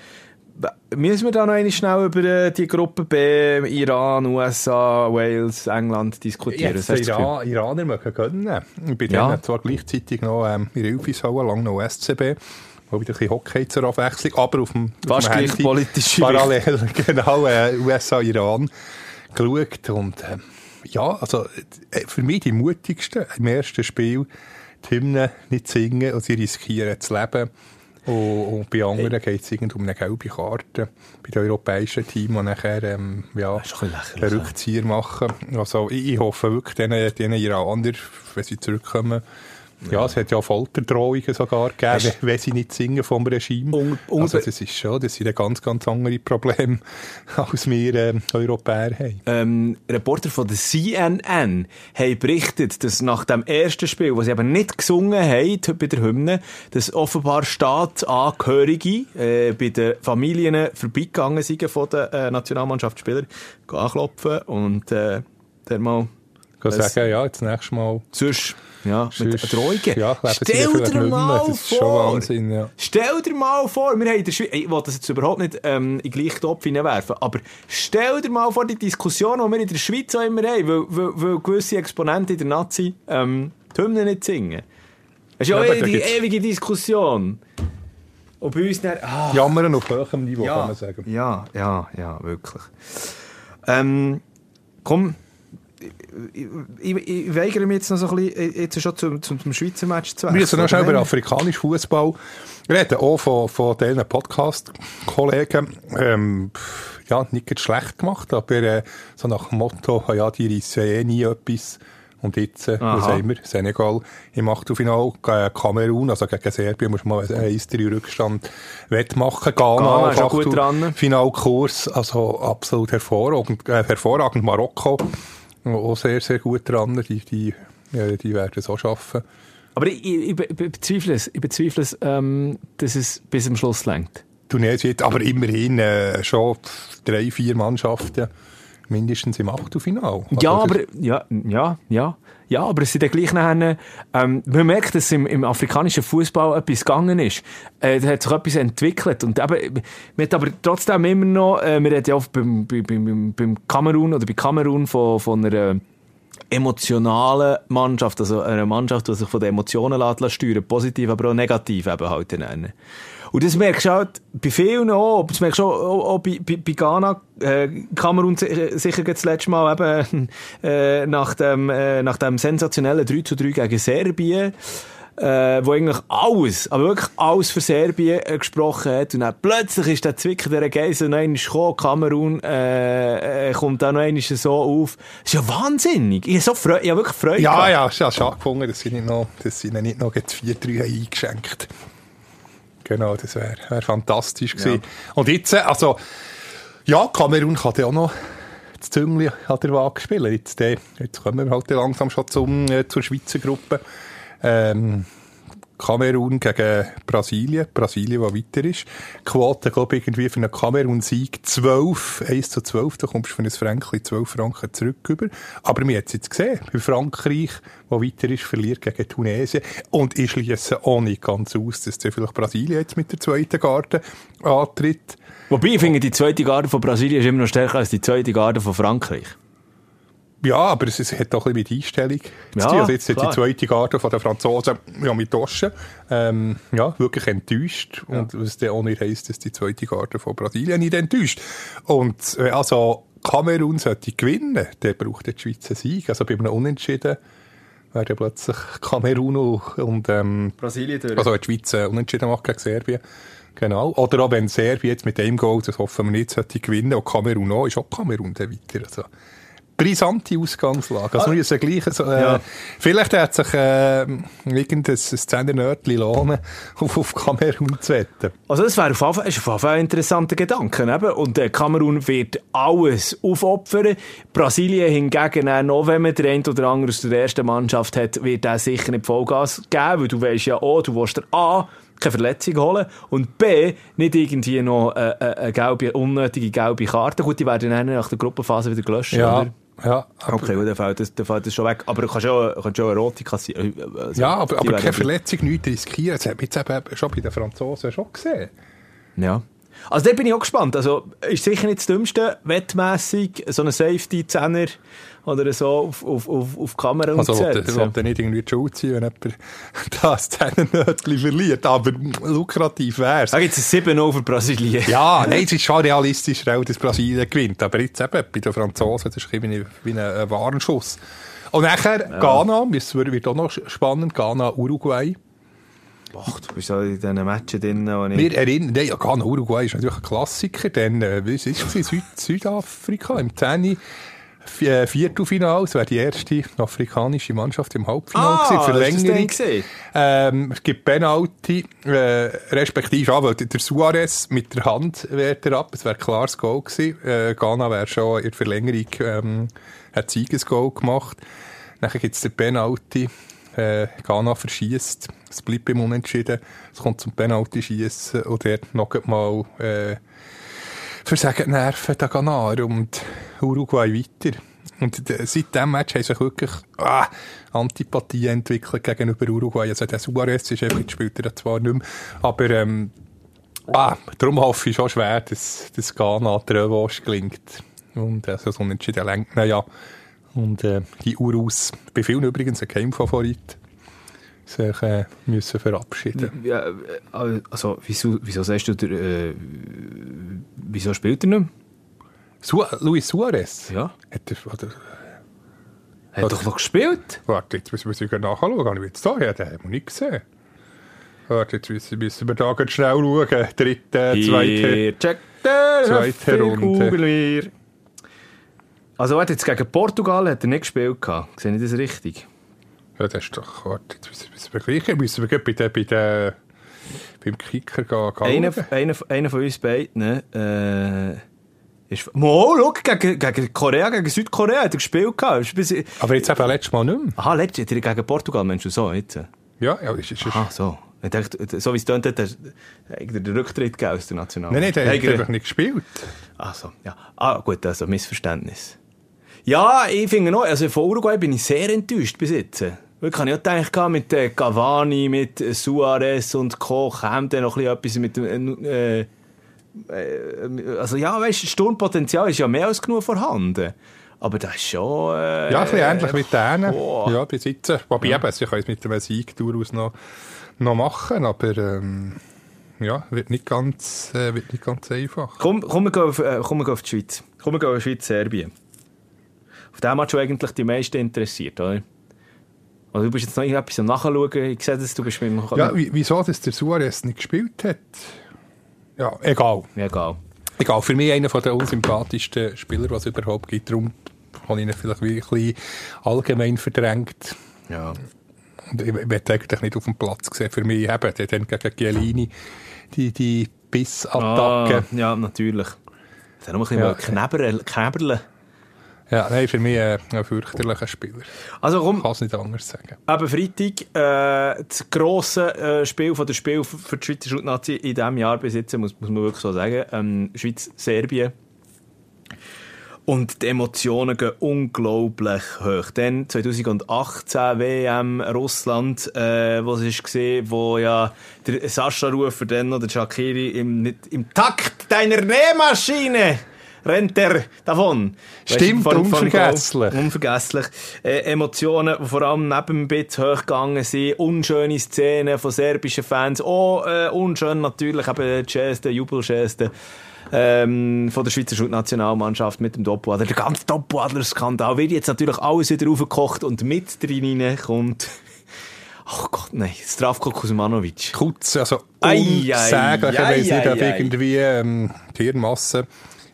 Müssen wir da noch einmal schnell über die Gruppe B, Iran, U S A, Wales, England diskutieren? Jetzt die Iran, Iraner mögen können. Ich bin ja. dann zwar gleichzeitig noch ähm, in der Ilfishalle, lang noch S C B, wo wieder ein bisschen Hockey zur Abwechslung, aber auf dem, Fast auf dem gleich politisch parallel, genau, äh, U S A, Iran geschaut. Und äh, ja, also äh, für mich die mutigsten im ersten Spiel, die Hymne nicht singen und sie riskieren das Leben. Und, und bei anderen hey. geht es um eine gelbe Karte. Bei den europäischen Teams, die nachher ähm, ja, einen Rückzieher machen. Also ich, ich hoffe wirklich, denen, denen Iraner, wenn sie zurückkommen, ja, ja, es hat ja Folterdrohungen sogar gegeben, weißt, wenn sie nicht singen vom Regime. Un, un, also das ist schon, das sind ein ganz, ganz andere Probleme, als wir ähm, Europäer haben. Ähm, Reporter von der C N N haben berichtet, dass nach dem ersten Spiel, wo sie aber nicht gesungen haben, bei der Hymne, dass offenbar Staatsangehörige äh, bei den Familien vorbeigegangen sind von den äh, Nationalmannschaftsspielern, anklopfen und äh, dann mal sagen, ja, das nächste Mal. Sonst, ja, mit Drohungen. Ja, stell dir mal vor. Das ist schon Wahnsinn, ja. Stell dir mal vor, wir haben in der Schweiz, ich will das jetzt überhaupt nicht ähm, in den gleichen Topf hineinwerfen, aber stell dir mal vor die Diskussion, die wir in der Schweiz auch immer haben, weil, weil, weil gewisse Exponenten in der Nazi ähm, die Hymne nicht singen. Das ist ja, ja auch die ewige Diskussion. Und bei uns dann, ah, Jammern auf hohem Niveau, ja, kann man sagen. Ja, ja, ja, wirklich. Ähm, komm, Ich, ich, ich weigere mich jetzt noch so ein bisschen, jetzt schon zum, zum, zum Schweizer Match zu wechseln. Wir müssen noch schnell über afrikanischen Fußball reden, auch von, von diesen Podcast-Kollegen. Ähm, ja, nicht schlecht gemacht, aber äh, so nach dem Motto, ja, die reissen eh nie etwas. Und jetzt, äh, was haben wir? Senegal im Achtelfinale, äh, Kamerun, also gegen Serbien, muss man mal einen eins drei Rückstand wettmachen. Ghana, Ghana gut dran. Finalkurs, also absolut hervorragend, äh, hervorragend. Marokko, auch sehr, sehr gut dran. Die, die, ja, die werden es auch schaffen. Aber ich, ich, ich bezweifle es, ich bezweifle es ähm, dass es bis zum Schluss reicht. Tunesien, aber immerhin äh, schon drei, vier Mannschaften mindestens im Achtelfinale. Also ja, aber, ja, ja, ja. Ja, aber es sind dann gleich nachher, ähm, man merkt, dass im, im afrikanischen Fußball etwas gegangen ist. Äh, da hat sich etwas entwickelt. Und eben, man hat aber trotzdem immer noch, äh, wir reden ja oft beim, beim, beim Kamerun oder bei Kamerun von, von einer emotionalen Mannschaft, also einer Mannschaft, die sich von den Emotionen lässt steuern, positiv, aber auch negativ eben halt nennen. Und das merkst du halt bei vielen auch, das merkst du auch, auch bei, bei, bei Ghana, äh, Kamerun sicher das letzte Mal eben, äh, nach dem, äh, nach dem sensationellen drei zu drei gegen Serbien, äh, wo eigentlich alles, aber wirklich alles für Serbien äh, gesprochen hat. Und dann plötzlich ist der Zwicker dieser Geisse noch einmal gekommen, Kamerun äh, äh, kommt dann noch einmal so auf. Das ist ja wahnsinnig. Ich habe so Freude, ich habe wirklich Freude Ja, gehabt. ja, ich habe schade gefunden, dass sie nicht noch, dass sie nicht noch vier drei eingeschenkt. Genau, das wäre wär fantastisch gewesen. Ja. Und jetzt, also, ja, Kamerun kann ja auch noch das Züngli an der Waage spielen. Jetzt, äh, jetzt kommen wir halt langsam schon zum, äh, zur Schweizer Gruppe. Ähm, Kamerun gegen Brasilien. Brasilien, die weiter ist. Quote, glaube ich, irgendwie für einen Kamerun-Sieg zwölf, eins zu zwölf, da kommst du für ein Fränkli zwölf Franken zurück über. Aber wir haben es jetzt gesehen, bei Frankreich, der weiter ist, verliert gegen Tunesien. Und ich schliesse auch nicht ganz aus, dass vielleicht Brasilien jetzt mit der zweiten Garde antritt. Wobei, ich finde, die zweite Garde von Brasilien ist immer noch stärker als die zweite Garde von Frankreich. Ja, aber es, es hat auch ein bisschen mit Einstellung zu ja, tun. Also jetzt klar. Die zweite Garde von den Franzosen, ja, mit Toschen, ähm, ja, wirklich enttäuscht. Ja. Und was dann auch nicht heisst, dass die zweite Garde von Brasilien nicht enttäuscht. Und, äh, also, Kamerun sollte gewinnen, der braucht die Schweiz einen Sieg. Also, bei einem Unentschieden werden plötzlich Kamerun und, ähm, Brasilien durch. Also, die Schweiz äh, Unentschieden macht gegen Serbien. Genau. Oder auch wenn Serbien jetzt mit dem Goal, das hoffen wir nicht, sollte gewinnen, und Kamerun auch, ist auch Kamerun dann weiter. Also, brisante Ausgangslage. Also, Ah. wir müssen gleich so, äh, Ja. vielleicht hat sich äh, irgendein Szenen-Nördli lohnen, auf, auf Kamerun zu wetten. Also das wäre auf jeden Fall, ist auf jeden Fall ein interessanter Gedanke. Eben. Und äh, Kamerun wird alles aufopfern. Brasilien hingegen, äh, noch wenn man den einen oder anderen aus der ersten Mannschaft hat, wird er sicher nicht Vollgas geben, weil du weißt ja auch, du willst dir A, keine Verletzung holen und B, nicht irgendwie noch äh, äh, eine gelbe, unnötige gelbe Karte. Gut, die werden dann nach der Gruppenphase wieder gelöscht, Ja, oder? ja. Aber, Okay, gut, dann fällt das, dann fällt das schon weg. Aber du kannst schon, kannst schon eine rote kassieren. Also, ja, aber, die aber werden- keine Verletzung, nichts riskieren. Das hat man jetzt eben schon bei den Franzosen schon gesehen. Ja. Also da bin ich auch gespannt. Also ist sicher nicht das Dümmste, wettmässig so einen Safety-Zehner oder so auf, auf, auf, auf die Kamera Also, ich umzusetzen. will dann nicht irgendwie die Schuld ziehen, wenn jemand das Zehennötchen verliert. Aber lukrativ wäre es. Da gibt es ein sieben null für Brasilien. Ja, nein, es ist schon realistisch, dass Brasilien gewinnt. Aber jetzt eben, bei den Franzosen, das ist wie ein, wie ein, ein Warnschuss. Und nachher ja. Ghana, das wird auch noch spannend, Ghana, Uruguay. Boah, du bist da in diesen Matchen drin. Wir erinnern, nein, ja, Ghana, Uruguay ist natürlich ein Klassiker, denn, äh, wie ist es, Süd, Südafrika im zehn Viertelfinale, das wäre die erste afrikanische Mannschaft im Halbfinale Ah, gewesen, Verlängerung. hast du das denn gesehen? Ähm, es gibt Penalty, äh, respektive, ah, weil der Suarez mit der Hand wehrt er ab, es wäre klares Goal gewesen. Äh, Ghana wäre schon in der Verlängerung, ähm, hat Siegesgoal gemacht. Nachher gibt es den Penalty, äh, Ghana verschießt, es bleibt im Unentschieden, es kommt zum Penalty-Schiessen und dort noch mal, äh, versagen die Nerven der Ghanaer und Uruguay weiter. Und äh, seit diesem Match haben sich wirklich ah, Antipathie entwickelt gegenüber Uruguay. Also der Suarez ist eben, spielt er zwar nicht mehr, aber ähm, ah, darum hoffe ich schon schwer, dass, dass Ghana die Revanche gelingt. Und also so unentschieden lenkt, naja. Und äh, die Urus, bei vielen übrigens ein Geheimfavorit, sich äh, müssen verabschieden. Ja, also, wieso, wieso sagst du, der, äh, wieso spielt er nicht mehr? Su- Luis Suarez? Ja. Hat er, oder, Er hat doch noch gespielt. warte, jetzt müssen wir sogar nachschauen. Habe ich jetzt da? Ja, den haben wir nicht gesehen. Warte, jetzt müssen, müssen wir da ganz schnell schauen. Dritte, zweite. Hier, check. Der Zweite Runde. Also, warte, jetzt gegen Portugal hat er nicht gespielt. Sehe ich das richtig? Ja, das ist doch, warte, jetzt müssen, müssen wir gleich, müssen wir gleich bei den, bei den, beim Kicker gehen, gehen Einer, schauen. einer, einer von uns beiden äh, ist... Mo, schau, gegen, gegen Korea, gegen Südkorea hat er gespielt. Ist bis, Aber jetzt eben letztes Mal nicht mehr. aha, letztes Jahr gegen Portugal, meinst du so? Jetzt? Ja, ja, ist, ist, ist. Ah, so. Ich dachte, so wie es tönt, hat er den Rücktritt gegeben aus der National. Nein, nein, der hat Eigene- einfach nicht gespielt. Ach so, ja. Ah, gut, also Missverständnis. Ja, ich finde noch, also von Uruguay bin ich sehr enttäuscht bis jetzt. Wirklich, habe ich auch gedacht, mit äh, Cavani, mit äh, Suarez und Co. kommt dann noch ein bisschen etwas mit äh, äh, also ja, weißt du, Sturmpotenzial ist ja mehr als genug vorhanden. Aber das ist schon... Äh, Ja, ein bisschen ähnlich mit denen. Oh. Ja, bis jetzt. Wobei Ja. eben, sie können es mit dem Sieg durchaus noch, noch machen, aber ähm, ja, wird nicht ganz, äh, wird nicht ganz einfach. Komm, komm, wir gehen auf, äh, komm, wir gehen auf die Schweiz. Komm, wir gehen auf Schweiz-Serbien. Auf dem hat schon eigentlich die meisten interessiert, oder? Also du bist jetzt noch etwas am Nachschauen. Ich sehe, dass du bist mit dem... Ja, wie- wieso, dass der Suarez nicht gespielt hat? Ja, egal. Ja, egal. Egal, für mich einer der unsympathischsten Spieler, die es überhaupt gibt. Darum habe ich ihn vielleicht wirklich allgemein verdrängt. Ja. Und ich möchte eigentlich nicht auf dem Platz sehen. Für mich eben, der hat dann gegen Chiellini die, die Bissattacke. Ah, ja, natürlich. Das hat noch ein bisschen Ja. knäberle. knäberle. Ja, nein, für mich äh, ein fürchterlicher Spieler. Also komm, Ich kann es nicht anders sagen. eben Freitag, äh, das grosse äh, Spiel von der Spiel für die Schweizer Schulnazi in diesem Jahr bis jetzt, muss, muss man wirklich so sagen. Ähm, Schweiz-Serbien. Und die Emotionen gehen unglaublich hoch. Dann zwanzig achtzehn W M Russland, äh, wo es ist gesehen, wo ja der Sascha Rufer dann oder Shaqiri im, nicht, im Takt deiner Nähmaschine rennt er davon. Stimmt, Weißt du, von- von unvergesslich. Goal. Unvergesslich. Äh, Emotionen, die vor allem neben dem Bit hochgegangen sind. Unschöne Szenen von serbischen Fans. Auch äh, unschön natürlich, eben die Geste, Jubelgeste. Ähm, von der Schweizer Schulnationalmannschaft mit dem Doppeladler. Der ganze Doppeladler-Skandal wird jetzt natürlich alles wieder aufgekocht und mit drin kommt... Ach Gott, nein, Zdravko Kuzmanovic. Kurz, also Ei, ei, unsäglich, ei, wenn sie ei, da ei. irgendwie ähm, Tiermasse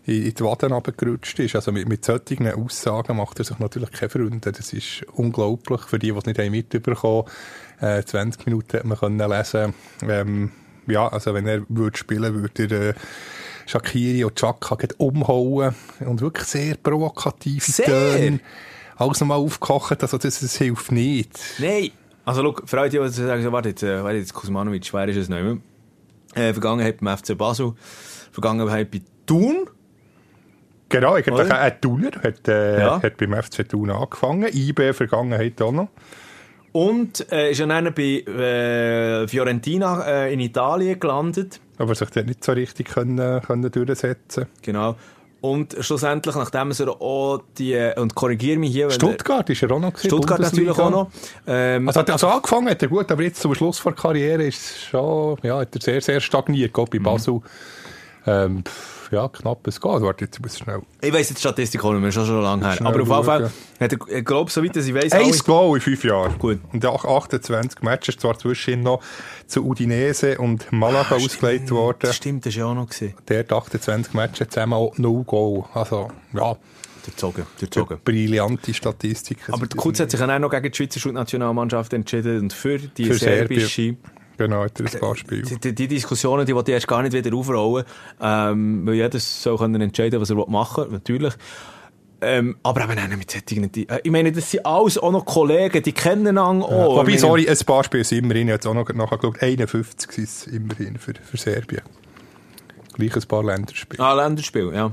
in die Waden runtergerutscht ist. Also mit, mit solchen Aussagen macht er sich natürlich keine Freunde. Das ist unglaublich für die, die es nicht haben mitbekommen haben. Äh, zwanzig Minuten hat man können lesen. Ähm, ja, also wenn er würde spielen würde, würde er äh, Shaqiri und Xhaka umhauen und wirklich sehr provokative Töne. Alles nochmal aufgekocht, also das, das hilft nicht. Nein. Also, schau, Freude, die sagen, so, warte jetzt, äh, warte jetzt, Kuzmanovic, schwer ist es nicht mehr. Äh, Vergangenheit beim F C Basel, Vergangenheit bei Thun. Genau, eigentlich ein Thuner, hat, äh, ja. hat beim F C Thun angefangen, I B Vergangenheit auch noch. Und äh, ist ja dann bei äh, Fiorentina äh, in Italien gelandet. Aber sich dort nicht so richtig können, können durchsetzen. Genau. Und schlussendlich, nachdem er auch die, und korrigiere mich hier... Stuttgart ist er auch noch gewesen, Stuttgart Bundesliga. natürlich auch noch. Ähm, also, also angefangen hat er gut, aber jetzt zum Schluss der Karriere ist schon, ja, hat er sehr, sehr stagniert, gerade bei Basel. Mhm. Ähm, ja, knappes Goal. Warte, jetzt muss ich schnell... Ich weiss jetzt die Statistik auch nicht mehr, schon schon lange her. Aber auf jeden Fall hat er, ich glaube, soweit ich weiss... Ein Goal in fünf Jahren. Gut. Und achtundzwanzig Matches, zwar zwischen noch zu Udinese und Malaga ah, ausgelegt worden. Das stimmt, das war ja auch noch. Gewesen. Der hat achtundzwanzig Matches zusammen auch null Goal. Also, ja... Durchzogen, durchzogen. Brillante Statistik. Aber der Kutz hat sich dann auch noch gegen die Schweizer Schulnationalmannschaft entschieden und für die für serbische... Serbien. Genau, hat er ein paar Spiele. Die, die, die Diskussionen, die wollte ich erst gar nicht wieder aufrollen, ähm, weil jeder soll können entscheiden, was er machen will, natürlich. Ähm, aber eben auch mit solchen, die, äh, ich meine, das sind alles auch noch Kollegen, die kennen einander auch. Ja, wobei, sorry, ein paar Spiele sind immerhin, ich habe jetzt auch noch nachgeschaut, einundfünfzig sind es immerhin für, für Serbien. Gleich ein paar Länderspiele. Ah, Länderspiele, ja.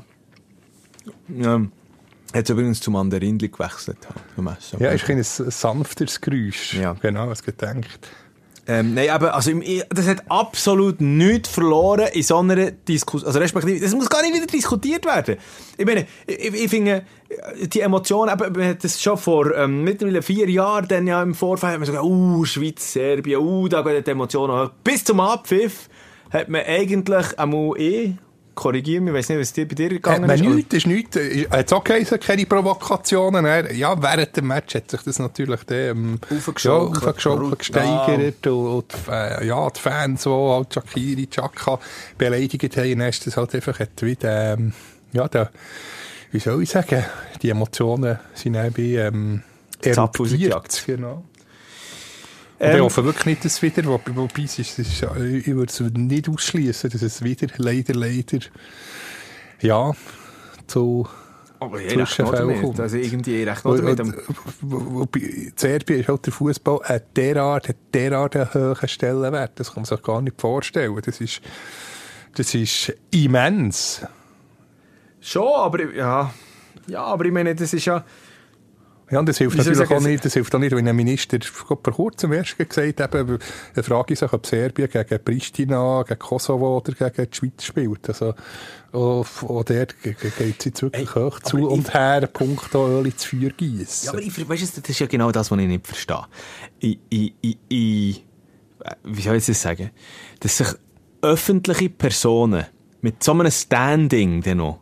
ja. Hat übrigens zum Mandarinli gewechselt. So. Ja, ist ein, ein sanfteres Geräusch. Ja. Genau, was gedacht. Ähm, nein, aber, also, das hat absolut nichts verloren in so einer Diskussion. Also, respektive, das muss gar nicht wieder diskutiert werden. Ich meine, ich, ich finde, die Emotionen, aber man hat das schon vor, ähm, mittlerweile vier Jahren dann ja im Vorfeld, hat man so gesagt, uh, Schweiz, Serbien, uh, da gehen die Emotionen hoch. Bis zum Abpfiff hat man eigentlich einmal eh, korrigiere mich, ich weiss nicht, was dir bei dir gegangen äh, ist. Nichts, ist nichts. Hat es auch geheißen, keine Provokationen. Ja, während dem Match hat sich das natürlich ähm, aufgeschaukelt, ja, aufgeschaukelt, gesteigert. Und, und äh, ja, die Fans, die halt Shaqiri, Xhaka beleidigt haben, dann ist das halt einfach wieder, ähm, ja, der, wie soll ich sagen, die Emotionen sind dann bei ähm, eruptiert. Genau. Und ich hoffe wirklich nicht, dass es wieder, wobei es ist, ist, ich würde es nicht ausschließen, dass es wieder leider, leider, ja, zu Zwischenfällen kommt. Also irgendwie recht noch damit. In Serbien ist halt der Fußball ein derart, ein derart hohen Stellenwert. Das kann man sich gar nicht vorstellen. Das ist, das ist immens. Schon, aber ja, ja, aber ich meine, das ist ja... Ja, und das hilft natürlich sagen, auch nicht, das hilft auch nicht, wenn ein Minister vor kurzem erst gesagt hat, eine Frage ist, ob Serbien gegen Pristina, gegen Kosovo oder gegen die Schweiz spielt. Also, auch dort geht es jetzt wirklich Ey, hoch zu und ich, her, Punkt Öl ins Feuer gießen. Ja, aber ich, weißt du, das ist ja genau das, was ich nicht verstehe. Ich, ich, ich, ich, wie soll ich das sagen? Dass sich öffentliche Personen mit so einem Standing dann noch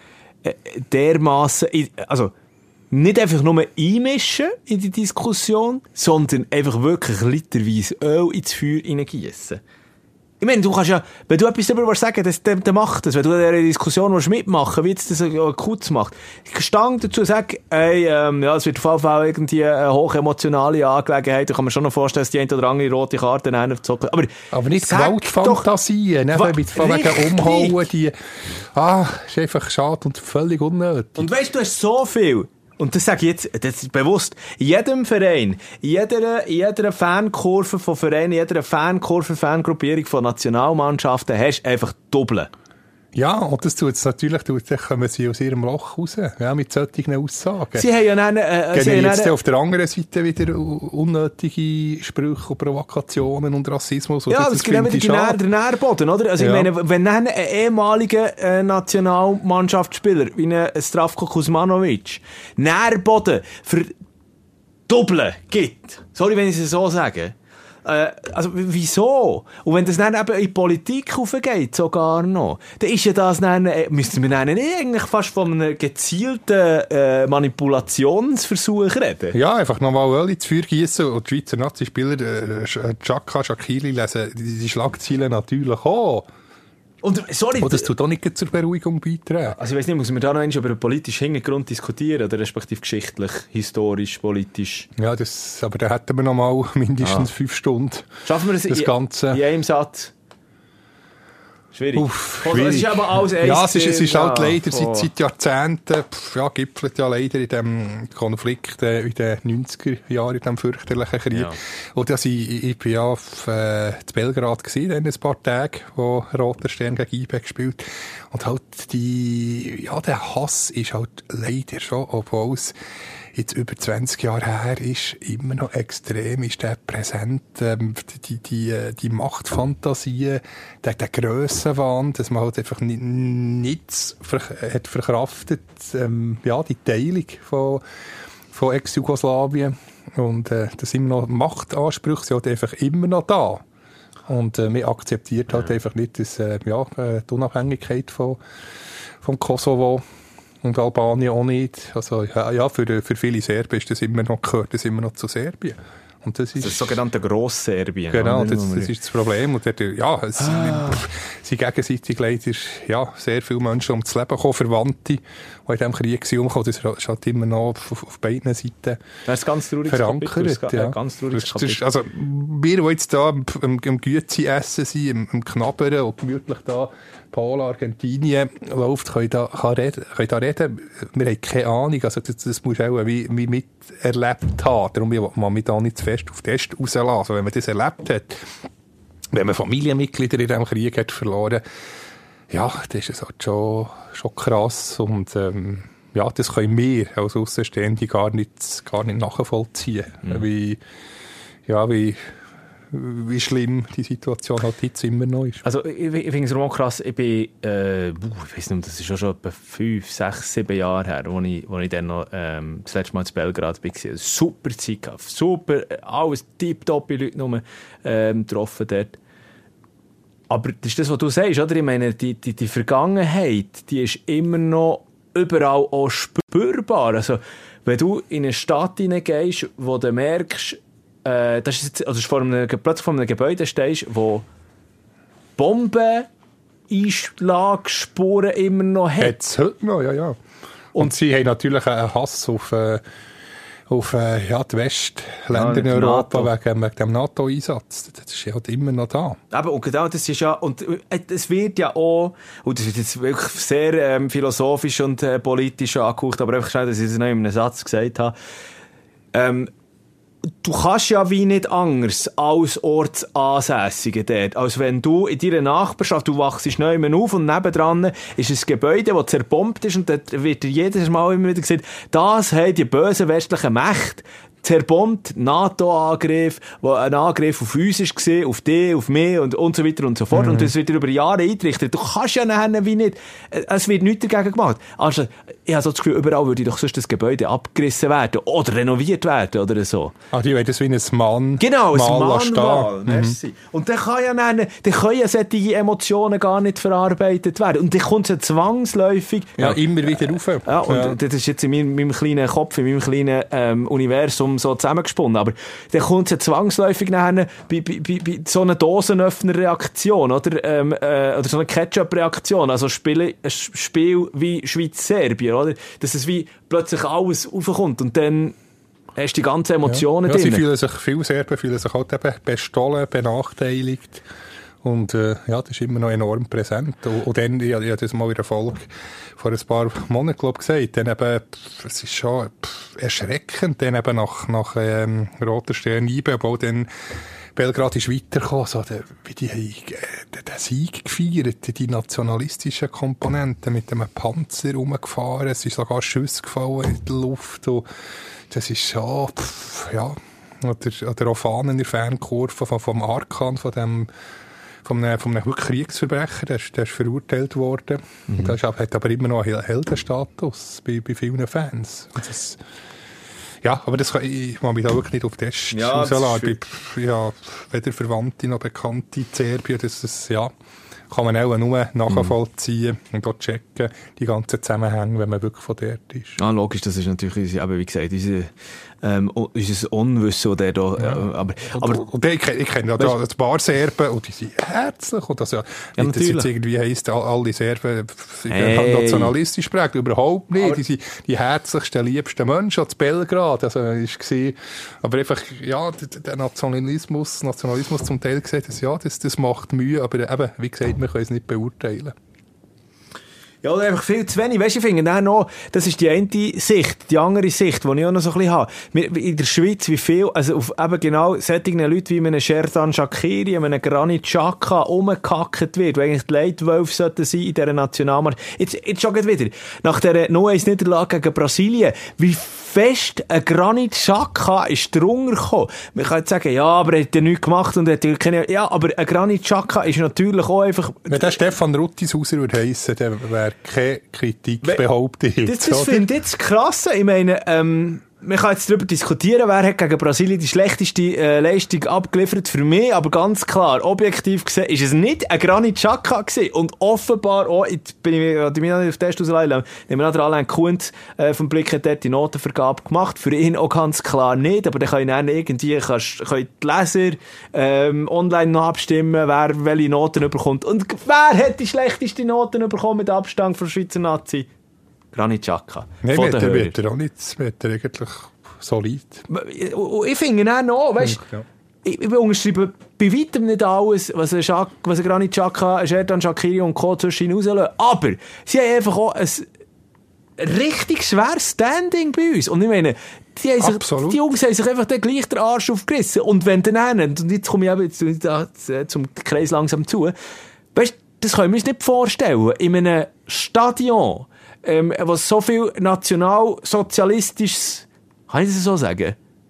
dermassen, also, nicht einfach nur einmischen in die Diskussion, sondern einfach wirklich literweise Öl ins Feuer hineingießen. Ich meine, du kannst ja, wenn du etwas darüber sagen willst, dann, dann mach das. Wenn du in dieser Diskussion mitmachen willst, wie jetzt das kurz macht. Ich stand dazu und sage, ey, ähm, ja, es wird auf jeden Fall irgendwie eine hochemotionale Angelegenheit. Da kann man schon noch vorstellen, dass die eine oder andere rote Karte einen zocken. Aber, aber nicht Gewaltfantasien, ne? Mit von wegen Umhauen, die, ah, ist einfach schade und völlig unnötig. Und weißt du, du hast so viel. Und das sage ich jetzt, das ist bewusst, in jedem Verein, in jeder, in jeder Fankurve von Vereinen, in jeder Fankurve, Fangruppierung von Nationalmannschaften hast du einfach Doppeln. Ja, und das tut es natürlich, dann kommen sie aus ihrem Loch raus, ja, mit solchen Aussagen. Sie haben ja dann, äh, sie haben jetzt dann auf der anderen Seite wieder unnötige Sprüche und Provokationen und Rassismus. Und ja, das, das gibt wieder Nähr, der Nährboden, oder? Also ja. Ich meine, wenn dann ein ehemaliger äh, Nationalmannschaftsspieler wie ein Zdravko Kuzmanovic Nährboden für Doppeln gibt, sorry, wenn ich es so sage, also, wieso? Und wenn das dann eben in die Politik raufgeht, sogar noch, dann ist ja das dann, müssten wir dann nicht eigentlich fast von einem gezielten äh, Manipulationsversuch reden? Ja, einfach nochmal Öl ins Feuer gießen und die Schweizer Nazi-Spieler, äh, Xhaka, Shaqiri lesen die, die Schlagzeilen natürlich auch. Und, sorry, oh, das tut auch nicht zur Beruhigung beitragen. Also ich weiss nicht, muss man da noch einmal über einen politischen Hintergrund diskutieren oder respektive geschichtlich, historisch, politisch? Ja, das, aber da hätten wir noch mal mindestens ah. fünf Stunden. Schaffen wir das, das in, Ganze. in einem Satz? Schwierig. Uff, schwierig. Also, es ist aber alles ja, es ist, es ist ja, halt leider oh. seit, seit Jahrzehnten, ja, gipfelt ja leider in dem Konflikt äh, in den neunziger Jahren, in dem fürchterlichen Krieg. Ja. Und also, ich, ich bin ja auf, äh, in Belgrad gewesen, in ein paar Tage, wo Roter Stern gegen I B gespielt. Und halt die, ja, der Hass ist halt leider schon, obwohl es jetzt über zwanzig Jahre her ist, immer noch extrem, ist der präsent, ähm, die, die, die Machtfantasie, der, der Grössenwahn, dass man halt einfach nicht, nichts ver, hat verkraftet, ähm, ja, die Teilung von, von Ex-Jugoslawien. Und, äh, das immer noch Machtansprüche sind halt einfach immer noch da. Und, äh, man akzeptiert halt einfach nicht, dass, äh, ja, die Unabhängigkeit von, vom Kosovo und Albanien auch nicht. Also, ja, ja für, für viele Serben ist das immer noch, gehört das immer noch zu Serbien. Und das ist das, ist das sogenannte Grossserbien. Genau, das, das ist das Problem. Und dort, ja, es ah. sind gegenseitig leider, ja, sehr viele Menschen ums Leben gekommen, Verwandte, die in diesem Krieg umgekommen. Das ist halt immer noch auf, auf beiden Seiten das ist ganz trauriges verankert. Kapitel. Ja. Ganz trauriges das, das ist, also, wir, die jetzt da im, im, im Güezi essen sind, im, im Knabbern und gemütlich da Polen, Argentinien läuft, können da, kann reden, können da reden. Wir haben keine Ahnung. Also das, das muss auch wie, wie miterlebt haben. Darum will man mich da nicht zu fest auf den Test rauslassen. Also wenn man das erlebt hat, wenn man Familienmitglieder in diesem Krieg hat verloren, ja, das ist halt schon, schon krass. Und ähm, ja, das können wir als Aussenstehende gar nicht, gar nicht nachvollziehen. Mhm. Wie, ja, wie, wie schlimm die Situation halt jetzt immer noch ist. Also ich, ich finde es auch krass, ich bin, äh, ich weiss nicht, das ist schon etwa fünf, sechs, sieben Jahre her, wo ich, wo ich dann noch ähm, das letzte Mal in Belgrad war. Super Zeit gehabt, super, alles tipptopp, Leute nur ähm, getroffen dort. Aber das ist das, was du sagst, oder? Ich meine, die, die, die Vergangenheit, die ist immer noch überall auch spürbar. Also wenn du in eine Stadt hineingehst, wo du merkst, Äh, das ist jetzt, also vor einem, plötzlich vor einem Gebäude stehst, wo Bombeneinschlagsspuren immer noch hat. Hat's heute noch, ja, ja. Und, und sie haben natürlich einen Hass auf, äh, auf äh, ja, die Westländer ja, in Europa wegen, wegen dem NATO-Einsatz. Das ist ja halt immer noch da. Aber und genau das ist ja, und es wird ja auch, und das wird jetzt wirklich sehr ähm, philosophisch und äh, politisch angehaucht, aber einfach schnell, dass ich es noch in einem Satz gesagt habe. Ähm, Du kannst ja wie nicht anders als Ortsansässige dort. Als wenn du in deiner Nachbarschaft, du wachst neu auf und nebendran ist ein Gebäude, das zerbombt ist und dort wird dir jedes Mal immer wieder gesagt, das haben die bösen westlichen Mächte zerbombt, NATO-Angriff, wo ein Angriff auf uns war, auf dich, auf mich und, und so weiter und so fort. Mhm. Und das wird dir über Jahre eingerichtet. Du kannst ja nachher wie nicht, es wird nichts dagegen gemacht. Also, ich habe so das Gefühl, überall würde doch sonst das Gebäude abgerissen werden oder renoviert werden oder so. Ah, die wollen das wie ein Mann. Genau, ein Mahnmal. Merci. Mhm. Und dann kann ja dann, dann können ja solche Emotionen gar nicht verarbeitet werden. Und dann kommt es ja zwangsläufig. Ja, ja, immer wieder rauf. Ja, und ja. Das ist jetzt in meinem, meinem kleinen Kopf, in meinem kleinen ähm, Universum so zusammengesponnen. Aber dann kommt es ja zwangsläufig nachher bei, bei, bei, bei so einer Dosenöffner-Reaktion oder, ähm, äh, oder so einer Ketchup-Reaktion. Also Spiele, ein Spiel wie Schweiz-Serbien, oder? Dass es wie plötzlich alles raufkommt und dann hast du die ganzen Emotionen ja. Ja, drin. sie fühlen sich, viele Serben fühlen sich halt eben bestohlen, benachteiligt. Und äh, ja, das ist immer noch enorm präsent. Und, und dann, ich, ich habe das mal in der Folge vor ein paar Monaten, glaube ich, gesagt, dann eben, es ist schon pff, erschreckend, dann eben nach, nach ähm, Roter Stern I B, obwohl dann Belgrad ist weitergekommen, so, der, wie die haben äh, den Sieg gefeiert, die nationalistischen Komponenten mit einem Panzer rumgefahren, es ist sogar Schüsse gefallen in die Luft. Und das ist schon, pff, ja, oder, oder auch Fahnen in der Fernkurve vom, vom Arkan, von dem Von einem, von einem Kriegsverbrecher, der ist, der ist verurteilt worden. Mhm. Das hat aber immer noch einen Heldenstatus bei, bei vielen Fans. Und das, ja, aber das kann, ich kann mich da wirklich nicht auf den Test ja, rauslassen. Ja, weder Verwandte noch Bekannte in Serbien, das ist, ja, kann man auch nur nachvollziehen mhm. und auch checken, die ganzen Zusammenhänge, wenn man wirklich von dort ist. Ja, logisch, das ist natürlich, unsere, aber wie gesagt, unsere ähm, unser Unwissen, oder da, ja. äh, aber, aber, und, und ich, ich kenne ja da ein paar Serben, und die sind herzlich, und das ja, ja nicht, dass jetzt irgendwie heisst, alle Serben sind hey. nationalistisch prägt, überhaupt nicht, aber die sind die herzlichsten, liebsten Menschen, auch zu Belgrad, also, ist gewesen, aber einfach, ja, der Nationalismus, Nationalismus zum Teil gesagt, das, ja, das, das macht Mühe, aber eben, wie gesagt, wir können es nicht beurteilen. Ja, oder einfach viel zu wenig. Weißt du, ich finde dann noch, das ist die eine Sicht, die andere Sicht, die ich auch noch so ein bisschen habe. In der Schweiz, wie viel, also auf eben genau solche Leute wie einem Sherdan Shaqiri, einem Granit Xhaka rumgehackt wird, wo eigentlich die Leitwölfe sollten sein in dieser Nationalmannschaft. Jetzt, jetzt schon wieder. Nach dieser null eins Niederlage gegen Brasilien, wie fest ein Granit Xhaka ist drunter gekommen. Man kann jetzt sagen, ja, aber er hat ja nichts gemacht und er hat ja keine, ja, aber ein Granit Xhaka ist natürlich auch einfach... Wenn der Stefan Ruttishauser würde heissen, dann wäre keine Kritik behauptet. Das, das finde ich jetzt krass. Ich meine, ähm, man kann jetzt darüber diskutieren, wer hat gegen Brasilien die schlechteste äh, Leistung abgeliefert. Für mich, aber ganz klar, objektiv gesehen, ist es nicht ein Granit Xhaka gewesen. Und offenbar auch, jetzt bin ich mir nicht auf den Test ausleihen, nehmen wir noch Alain Kuhn äh, vom Blick hat dort die Notenvergabe gemacht. Für ihn auch ganz klar nicht, aber dann können dann irgendwie, kannst, können die Leser ähm, online noch abstimmen, wer welche Noten bekommt. Und wer hat die schlechteste Noten bekommen mit Abstand von der Schweizer Nazi? Granit Xhaka. Nein, mit der wird er auch nicht, mit der eigentlich solid. Ich finde auch noch, weißt du, ja. ich, ich unterschreibe bei weitem nicht alles, was ein, Scha- was ein Granit Xhaka, ein Sherdan Shaqiri und Co. zwischen rauslassen. Aber sie haben einfach auch ein richtig schweres Standing bei uns. Und ich meine, die, haben sich, die Jungs haben sich einfach dann gleich den Arsch aufgerissen. Und wenn dann einen, und jetzt komme ich eben jetzt, da, zum Kreis langsam zu, weißt du, das können wir uns nicht vorstellen. In einem Stadion, Ähm, was so viel nationalsozialistisches, kann ich das so sagen?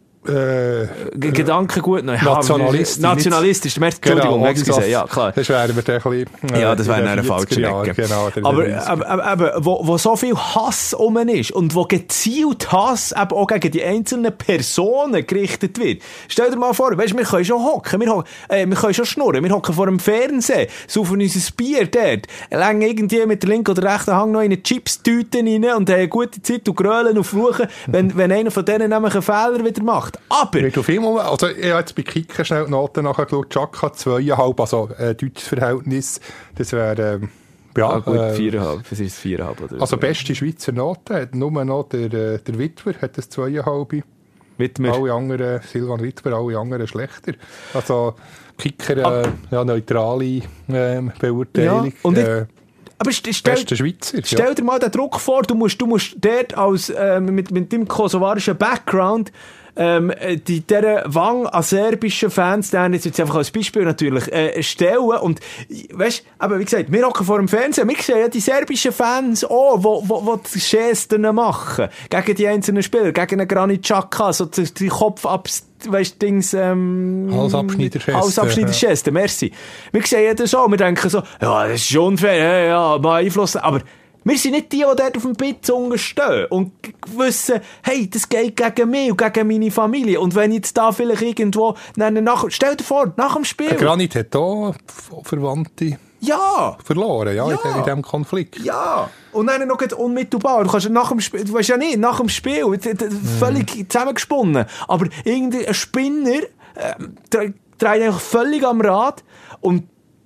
Äh, G- Gedankengut noch. Nationalistisch. Nationalistisch, Entschuldigung, genau, gesagt, ja, klar. Das wäre mir ein bisschen, äh, ja, das wäre eine falsche Ecke. Genau, aber, aber, aber, aber wo, wo so viel Hass um ist und wo gezielt Hass eben auch gegen die einzelnen Personen gerichtet wird. Stell dir mal vor, weißt, wir können schon hocken, wir, hocken, äh, wir können schon schnurren, wir hocken vor dem Fernsehen, saufen unser Bier dort, legen irgendwie mit der linken oder rechten Hand noch in eine Chips-Tüte rein und haben eine gute Zeit und grölen und fluchen, wenn, wenn einer von denen nämlich einen Fehler wieder macht. Aber... Wird auf jeden Fall, also ich habe jetzt bei Kicker schnell die Noten nachgeschaut, Xhaka zweieinhalb, also äh, deutsches Verhältnis, das wäre... Ähm, ja, ah, gut, äh, viereinhalb, das ist viereinhalb, oder? Also beste Schweizer Noten, hat nur noch der, der Wittwer, hat das zweieinhalb. Wittmer. Alle anderen, Silvan Wittmer, alle anderen schlechter. Also Kicker, äh, ja, neutrale äh, Beurteilung. Ja, und äh, ich, aber st- stell, beste Schweizer. Stell dir mal den Druck vor, du musst, du musst dort als, äh, mit, mit deinem kosovarischen Background ähm, die, dieser Wang an serbischen Fans, den jetzt, jetzt einfach als Beispiel natürlich, äh, stellen. Und, weißt, aber wie gesagt, wir hocken vor dem Fernsehen, wir sehen ja die serbischen Fans auch, wo, wo, wo die Gesten machen. Gegen die einzelnen Spieler, gegen einen Granit Xhaka, so die, die Kopf ab, weißt, Dings, ähm, Halsabschneider-Gesten. Halsabschneider-Gesten, merci. Wir sehen ja das auch, wir denken so, ja, das ist schon unfair, ja, ja, mal Einfluss, aber wir sind nicht die, die dort auf dem Bitz stehen und wissen, hey, das geht gegen mich und gegen meine Familie. Und wenn jetzt da vielleicht irgendwo, nach, stell dir vor, nach dem Spiel. Der Granit hat auch Verwandte ja. verloren, ja, ja. in diesem Konflikt. Ja. Und dann noch unmittelbar. Du kannst nach dem Spiel, du weißt ja nicht, nach dem Spiel, völlig mm. zusammengesponnen. Aber irgendein Spinner äh, dreht einfach völlig am Rad und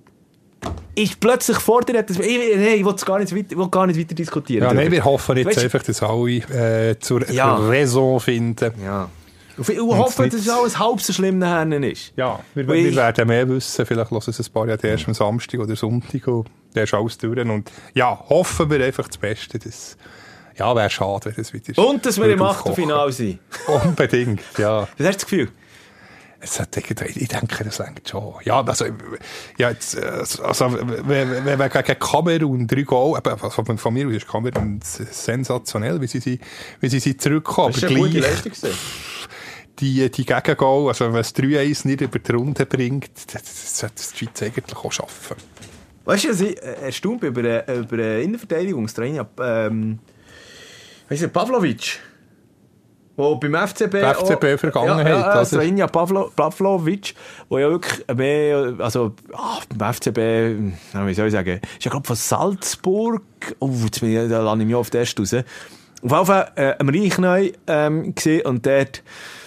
ist plötzlich vor dir, ich, nee, ich will gar nicht weiter, will gar nicht weiter diskutieren. Ja, nein, wir hoffen jetzt weißt, einfach, dass alle äh, zur ja. Raison finden. Ja. Und wir hoffen, dass es alles halb so schlimm nachher ist. Ja, wir, wir werden mehr wissen. Vielleicht hören es ein paar Jahre erst am Samstag oder Sonntag und der ist alles durch. Und ja, hoffen wir einfach das Beste. Das, ja, wäre schade, wenn das wieder und dass wir im Achtelfinale sind. Unbedingt, ja. Was hast du das Gefühl? Es hat, ich denke, das längt schon. Ja, also, ja, jetzt, also, wenn wir gegen Kamerun drei Goal, also von mir aus ist Kamerun sensationell, wie sie, sie, wie sie, sie zurückkommen. Das ist eine gute Leistung. Die, die Gegengol, also wenn es drei eins nicht über die Runde bringt, das sollte die Schweiz eigentlich auch schaffen. Weißt du, was ich erstaunt bin über eine Innenverteidigungstrainer, ähm, weißt du, Pavlovic? Wo beim F C B... F C B Vergangenheit. Ja, ja, also Strahinja Pavlo, Pavlovic, wo ja wirklich mehr, also, ah, beim F C B, wie soll ich sagen, ist ja glaube von Salzburg, oh, jetzt bin ich, da lande ich mich auf den ersten raus, auf jeden Fall äh, am Reichneu ähm, gesehen und dort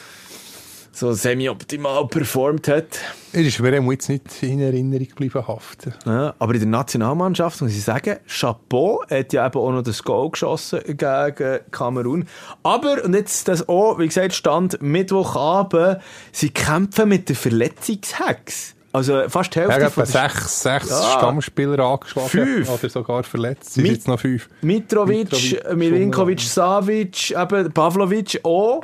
so semi-optimal performt hat. Er ist mir jetzt nicht in Erinnerung geblieben haften. Ja, aber in der Nationalmannschaft muss ich sagen, Chapeau hat ja eben auch noch das Goal geschossen gegen Kamerun. Aber, und jetzt das auch, wie gesagt, stand Mittwochabend, sie kämpfen mit der Verletzungshex. Also fast die Hälfte. Er hat von etwa sechs, sechs ja. Stammspieler angeschlagen. Fünf. Oder sogar verletzt. Sind Mi- jetzt noch fünf. Mitrovic, Mitrovic, Milinkovic, Savic, eben Pavlovic auch.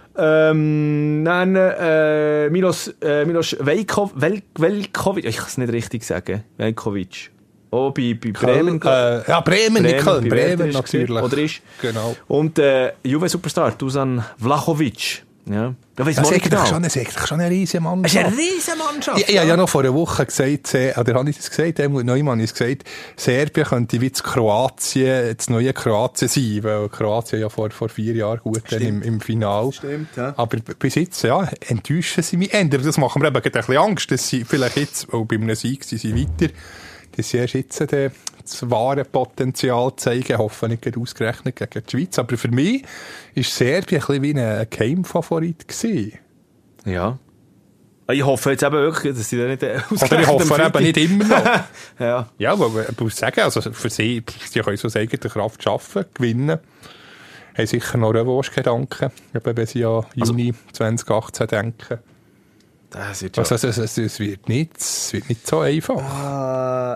Ähm, dann äh, Milos, äh, Milos Veljko, Vel, Veljkovic, ich kann es nicht richtig sagen, Veljkovic. Auch bei, bei Bremen. Äh, ja, Bremen, nicht Köln. bei Werder Bremen ist natürlich. gewesen, oder ist. Genau. Und äh, Juve-Superstar, Dusan Vlahovic. Ja. Da weiss Das man ist nicht genau. schon, das ist schon eine riesige Es Mannschaft. ist eine riesen Mannschaft. Ich, ich habe ja noch vor einer Woche gesagt, äh, oder habe ich das gesagt? Helmut Neumann hat gesagt, Serbien könnte wie das Kroatien, das neue Kroatien sein, weil Kroatien ja vor, vor vier Jahren gut dann im, im Finale. Stimmt, ja. Aber b- bis jetzt, ja, enttäuschen sie mich eher. Das macht mir eben gerade ein bisschen Angst, dass sie vielleicht jetzt, auch bei einem Sieg sind sie weiter, dass sie erst jetzt äh, das wahre Potenzial zeigen, hoffe nicht gerade ausgerechnet gegen die Schweiz. Aber für mich war Serbien ein bisschen wie ein Geheimfavorit gewesen. Ja. Ich hoffe jetzt eben wirklich, dass sie da nicht äh, Oder ich hoffe eben nicht immer noch. Ja. Ja, aber ich muss sagen, also für sie, sie können so aus eigener Kraft arbeiten, gewinnen. Haben sicher noch Revanche-Gedanken, wenn sie an Juni zwanzig achtzehn denken. Das wird ja. Also, es, es, es, wird nicht, es wird nicht so einfach. Äh,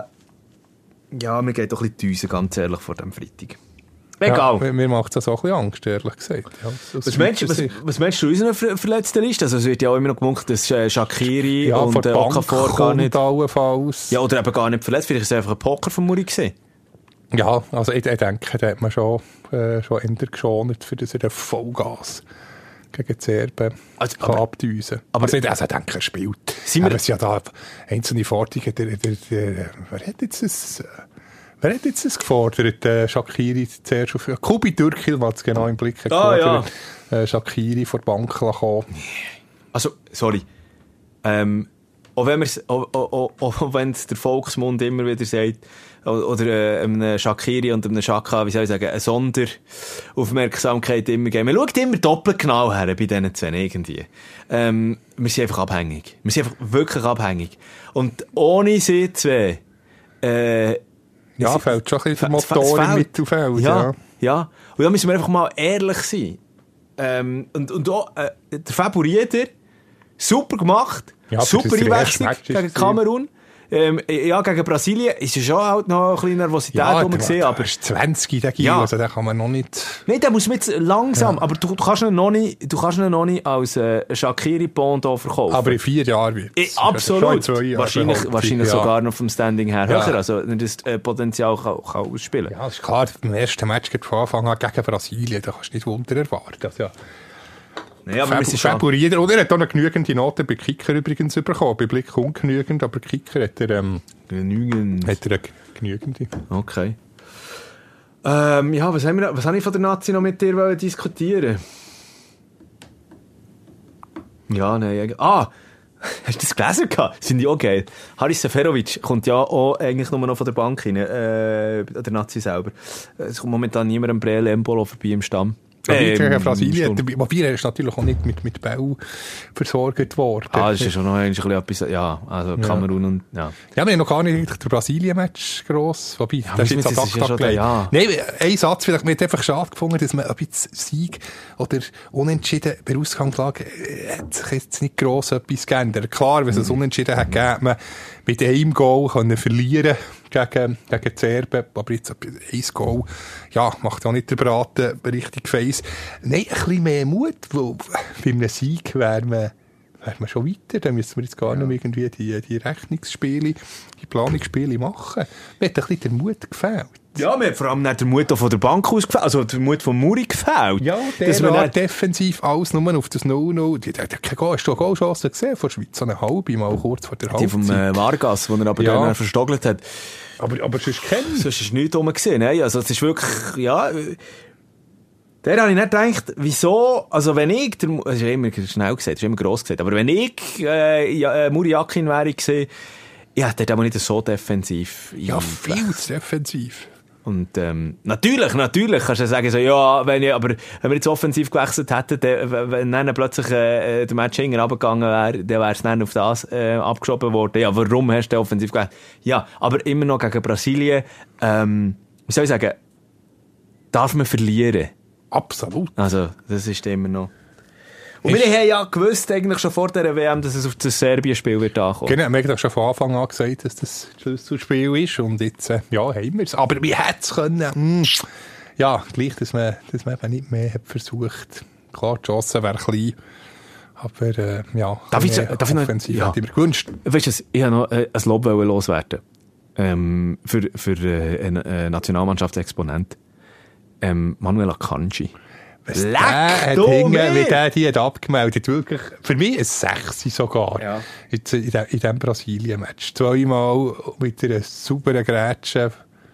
ja, mir geht doch ein bisschen die Düse, ganz ehrlich, vor dem Freitag. Egal. Ja, mir, mir macht es auch ein bisschen Angst, ehrlich gesagt. Ja, Was meinst, was, was meinst du in unserer ver verletzten Liste? Also es wird ja auch immer noch gemunkelt, dass äh, Shaqiri ja, und äh, Okafor gar nicht... allenfalls. Ja, oder eben gar nicht verletzt. Vielleicht ist es einfach ein Poker von Muri gewesen. Ja, also ich, ich denke, da hat man schon, äh, schon eher geschont, für das er den Vollgas gegen die Serben Also, kann aber- abdüsen. aber- Also ich also ich denke, er spielt. Sind wir- Aber es sind ja da einzelne Forderungen. Der, der, der, wer hat jetzt das... äh, Wer hat jetzt das gefordert? Äh, Shaqiri zuerst auf... Kubi Türkil, was genau im Blick hat Ah, gefordert. Äh, Shaqiri vor die Bank kommen. Also, sorry. Ähm, auch wenn wir's, auch, auch, auch, auch wenn der Volksmund immer wieder sagt, oder äh, einem Shaqiri und einem Xhaka, wie soll ich sagen, eine Sonderaufmerksamkeit immer geben. Man schaut immer doppelt genau her bei diesen zwei irgendwie. Ähm, wir sind einfach abhängig. Wir sind einfach wirklich abhängig. Und ohne sie zwei, äh, Ja, sie- fällt schon ein bisschen der es fe- Motor es im fehlt. Mittelfeld. Ja, Ja. ja. Und da müssen wir einfach mal ehrlich sein. Ähm, und, und auch, äh, der Fabio Rieder, super gemacht, Ja, aber super das ist der erste Einwechslung Match, ist gegen es Kamerun. Ähm, ja, gegen Brasilien ist ja schon halt noch ein bisschen Nervosität Ja, rum der, gesehen, der aber... ist zwanzig, der Gil, Ja. also den kann man noch nicht... Nein, da muss man jetzt langsam, ja. aber du, du kannst ihn noch nicht, du kannst ihn noch nicht als äh, Shaqiri-Bond verkaufen. Aber in vier Jahren wird Eh, absolut. Schon in zwei Jahren wahrscheinlich behaupte ich, wahrscheinlich ja. sogar noch vom Standing her Ja. höher, also das äh, Potenzial kann, kann ausspielen. Ja, ist klar, beim ersten Match geht von Anfang an gegen Brasilien, da kannst du nicht Wunder erwarten. Also, ja. Nee, aber wir sind schon... Fabio Rieder, oder er hat auch eine genügende Note bei Kicker übrigens bekommen. Bei Blick ungenügend, aber Kicker hat er, ähm, Genügend. hat er eine genügende. Okay. Ähm, ja, was, haben wir, was habe ich von der Nazi noch mit dir wollen diskutieren? Ja, nein. eigentlich- Ah! Hast du das gelesen gehabt? Das finde ich auch geil. Haris Seferovic kommt ja auch eigentlich nur noch von der Bank rein, äh, der Nazi selber. Es kommt momentan niemand am Breel Embolo vorbei im Stamm. Äh, im gegen Brasilien, Sturm. wobei er ist natürlich auch nicht mit, mit Bau versorgt worden. Ah, das ist ja schon noch ein bisschen etwas, ja, also Kamerun und, ja. Ja, wir haben noch gar nicht richtig den Brasilien-Match gross. Wobei, Ja, das ist wir jetzt müssen- ad das ist ja acta schon gelegt. der- ja. Nein, ein Satz vielleicht. Mir hat einfach schade gefunden, dass man ein bisschen Sieg oder Unentschieden bei der Ausgangslage äh, hat sich jetzt nicht gross etwas geändert. Klar, wenn es Mhm. ein Unentschieden hat gegeben, hat man mit einem Goal können verlieren gegen, gegen die Serben. Aber jetzt ein Goal, ja, macht ja nicht der Braten richtig face. Nein, ein bisschen mehr Mut, weil bei einem Sieg wäre man wären wir schon weiter, dann müssen wir jetzt gar nicht mehr irgendwie die, die Rechnungsspiele, die Planungsspiele machen. Mir hat ein bisschen der Mut gefehlt. Ja, mir hat vor allem nicht der Mut auch von der Bank aus gefällt, also der Mut von Muri gefällt. Ja, Dass der man war nicht- defensiv alles nur auf das null null. Die- der hat keine Goal- Hast du eine Goalchance gesehen von der Schweiz? So eine halbe, mal kurz vor der Die vom Halbzeit. äh, Vargas, den er aber Ja. dann verstockelt hat. aber, aber sonst kennen. Sonst ist nichts rum gesehen. Nein, also es ist wirklich, ja, äh, der habe ich nicht gedacht, wieso, also wenn ich, der, das ist ja immer schnell gesagt, das ist immer gross gesagt, aber wenn ich äh, ja, äh, Muri Yakin wäre gesehen, ja, der hat aber nicht so defensiv. Ja, viel zu defensiv. Und ähm, natürlich, natürlich kannst du sagen, so, ja, wenn ich, aber wenn wir jetzt offensiv gewechselt hätten, dann, wenn dann plötzlich äh, der Match hinten runtergegangen wäre, dann wäre es dann auf das äh, abgeschoben worden. Ja, warum hast du offensiv gewechselt? Ja, aber immer noch gegen Brasilien, ähm, wie soll ich sagen, darf man verlieren. Absolut. Also, das ist immer noch... Und wir haben ja gewusst, eigentlich schon vor der W M, dass es auf das Serbien-Spiel wird ankommen. Genau, wir haben doch schon von Anfang an gesagt, dass das Schlüsselspiel ist. Und jetzt, äh, ja, haben wir es. Aber wie hätte es können? Mh, ja, gleich, dass man, dass man eben nicht mehr hat versucht. Klar, die Chance wäre klein. Aber, äh, ja, darf ich, darf ich noch, offensiv ja. hätte ich mir gewünscht. Weißt du, ich wollte noch äh, ein Lob loswerden. Ähm, für für äh, einen äh, Nationalmannschaftsexponent. Ähm, Manuel Akanji. Was Leck, der hat hingen, wie der die hat abgemeldet. Wirklich, für mich ein Sechsi sogar. Ja. In, in, in diesem Brasilien-Match. Zweimal mit einer sauberen Grätsche.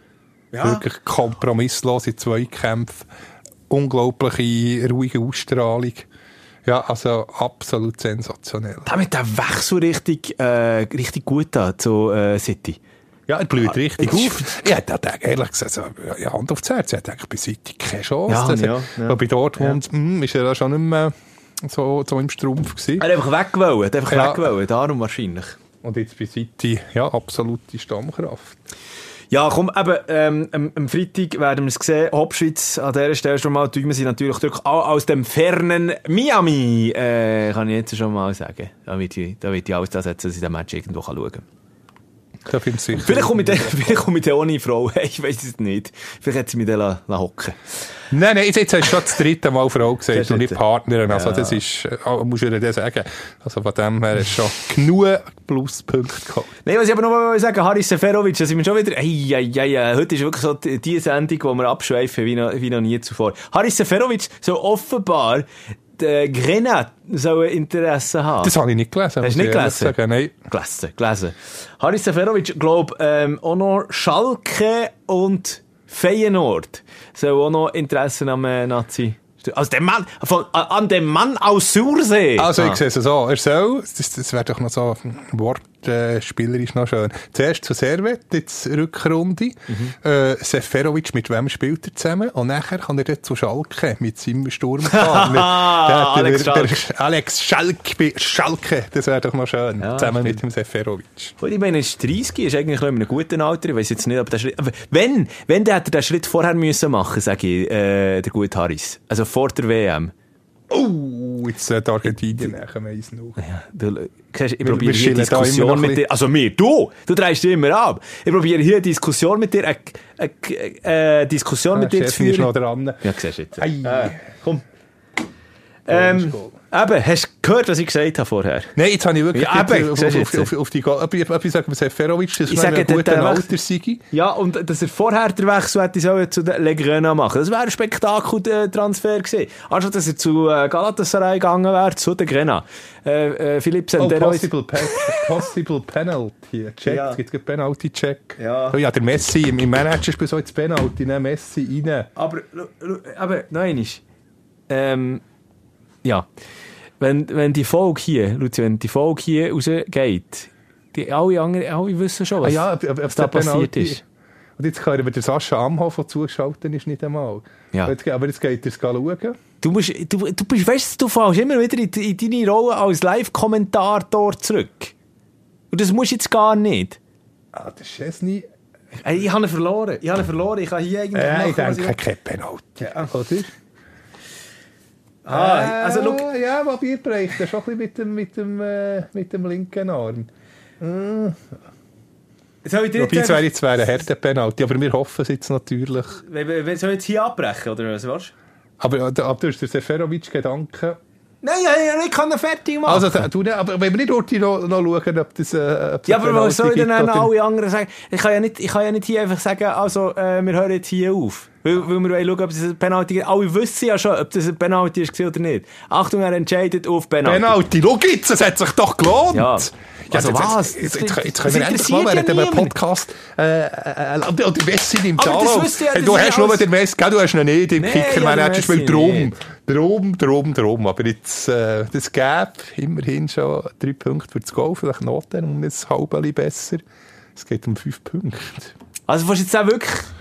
Ja. Wirklich kompromisslose Zweikämpfe. Unglaubliche, ruhige Ausstrahlung. Ja, also absolut sensationell. Damit der Wechsel richtig, äh, richtig gut da zu äh, City. Ja, er blüht richtig ah, auf. Ich hätte ehrlich gesagt, so, ja, Hand aufs Herz, ich hätte bei City keine Chance. Ja, das ja, ja. ja. Bei Dortmund ja. mh, ist er da schon nicht mehr so, so im Strumpf gewesen. Er hat einfach weggewollt, er hat einfach ja. weggewollt, darum wahrscheinlich. Und jetzt bei City, ja, absolute Stammkraft. Ja, komm, eben, ähm, am, am Freitag werden wir es sehen. Hauptschweiz an dieser Stelle schon mal. Die Däumen sind natürlich durch, auch aus dem fernen Miami, äh, kann ich jetzt schon mal sagen. Da wird ich, da wird ich alles das setzen, dass ich den Match irgendwo schauen kann. Da finde ich sicher. Vielleicht komme ich, vielleicht komme ich ohne Frau. Ich weiss es nicht. Vielleicht hätte sie mich dann hocken. Nein, nein, jetzt hast du schon das dritte Mal Frau gesagt und nicht Partnerin. Also, ja. das ist, musst du dir sagen. Also, von dem her ist schon genug Pluspunkte gehabt. Nein, was ich aber noch mal sagen will, Haris Seferovic, da sind wir schon wieder, ei, ei, ei, heute ist wirklich so die, die Sendung, wo wir abschweifen, wie noch, wie noch nie zuvor. Haris Seferovic soll offenbar die Grenade sollen Interesse haben. Das habe ich nicht gelesen. Hast du nicht gelesen? Sagen, nein. Gelesen, gelesen. Haris Seferovic, glaube ähm, auch noch Schalke und Feyenoord sollen auch noch Interesse am äh, Nazi. Also der Mann, von, an dem Mann aus Sursee. Also ah. ich sehe es so, er soll, das, das wäre doch noch so ein Wortspielerisch äh, noch schön. Zuerst zu Servet, jetzt Rückrunde. Mhm. Äh, Seferovic, mit wem spielt er zusammen? Und nachher kann er dort zu Schalke mit seinem Sturmpartner. Alex der, Schalke. Der Alex Schalke, Schalke, das wäre doch noch schön. Ja, zusammen stimmt. mit dem Seferovic. Ich meine, er ist dreißig, ist eigentlich noch in einem guten Alter. Ich weiss jetzt nicht, ob der Schritt, aber wenn, wenn, der hätte den Schritt vorher müssen machen, sage ich, äh, der gute Haris. Also vor der W M. Oh, jetzt äh, die Argentinien nachher eins noch. Ja, du, siehst, ich Wir- probiere wir hier eine schillen da immer Diskussion noch mit ein dir. Also mir, du! Du drehst dich immer ab. Ich probiere hier eine Diskussion mit dir, eine, eine, eine Diskussion mit dir zu Chef ist noch führen. dran. Ja, siehst du jetzt. Ei. Äh, komm. Ähm, eben, hast du gehört, was ich gesagt habe vorher? Nein, jetzt habe ich wirklich Ja, eben, auf, siehst du auf, jetzt. auf, auf die Go- ob ich, ob ich sage, Seferovic, das Ich ist sage, ein der- guter der Alter sei. Ja, und dass er vorher den Wechsel hätte sollen zu den Le Grenat machen. Das wäre ein Spektakeltransfer gewesen. Anstatt dass er zu äh, Galatasaray gegangen wäre, zu den Grenat. Äh, äh, Philipp Oh, Senderos. possible, pe possible Penalty. Check, Ja. es gibt einen Penalty-Check. Ja. Oh ja, der Messi, im, im Managerspiel so jetzt Penalty, ne? Messi rein. Aber, aber, nein, ist, ähm, ja. Wenn, wenn die Folge hier, Luzi, wenn die Folge hier rausgeht, die, alle anderen, alle wissen schon, was, Ah ja, ob, ob, ob was da der passiert Penalty- ist. Und jetzt hören wir den Sascha Amhoff, der zugeschaltet ist, nicht einmal. Ja. Jetzt, aber jetzt geht er es schauen. Du musst, du, du bist, weißt du, du fällst immer wieder in, in deine Rolle als Live-Kommentator zurück. Und das musst du jetzt gar nicht. Ah, der Chesney. Ey, ich habe ihn verloren. Ich habe ihn verloren. Ich kann hier eigentlich Äh, ich machen, was denke, kein Penalty. Ja. Oder? Ah, also, look. Äh, ja, aber ihr bräucht das schon ein bisschen mit dem, mit dem, äh, mit dem linken Arm. Mm. Soll ich dir Wobei, jetzt, es wäre jetzt wäre ein harter Penalty, aber wir hoffen es jetzt natürlich. Wer- soll ich jetzt hier abbrechen, oder was willst du? Aber, aber du hast den Seferovic Gedanken. Nein, ja, ich kann ihn fertig machen. Also, da- du, ne, aber wenn wir nicht dort noch, noch schauen, ob das, äh, ob das ja, aber Penalty was soll ich denn gibt, dann oder- alle anderen sagen? Ich kann ja nicht, ich kann ja nicht hier einfach sagen, also, äh, wir hören jetzt hier auf. Weil, weil wir wollen schauen, ob es ein Penalty gibt. Alle wissen ja schon, ob das ein Penalty ist oder nicht. Achtung, er entscheidet auf Penalty. Penalty, schau jetzt, es hat sich doch gelohnt. Ja. Ja, Also jetzt, was? Jetzt, jetzt, Das- jetzt das können wir endlich mal interessiert während ja dem niemand. Podcast äh, äh, äh, und die Messi nimmt Aber das Anlauf. wüsste ja- Hey, das du ist hast ja nur alles- den Messi, gell, du hast ihn nicht im Nee, Kicker, ja, wenn er den spielt Messi drum, nicht. drum, drum, drum. Aber jetzt, äh, das gäbe immerhin schon drei Punkte für das Goal, vielleicht Noten um ein halbes besser. Es geht um fünf Punkte. Also, willst du jetzt auch wirklich,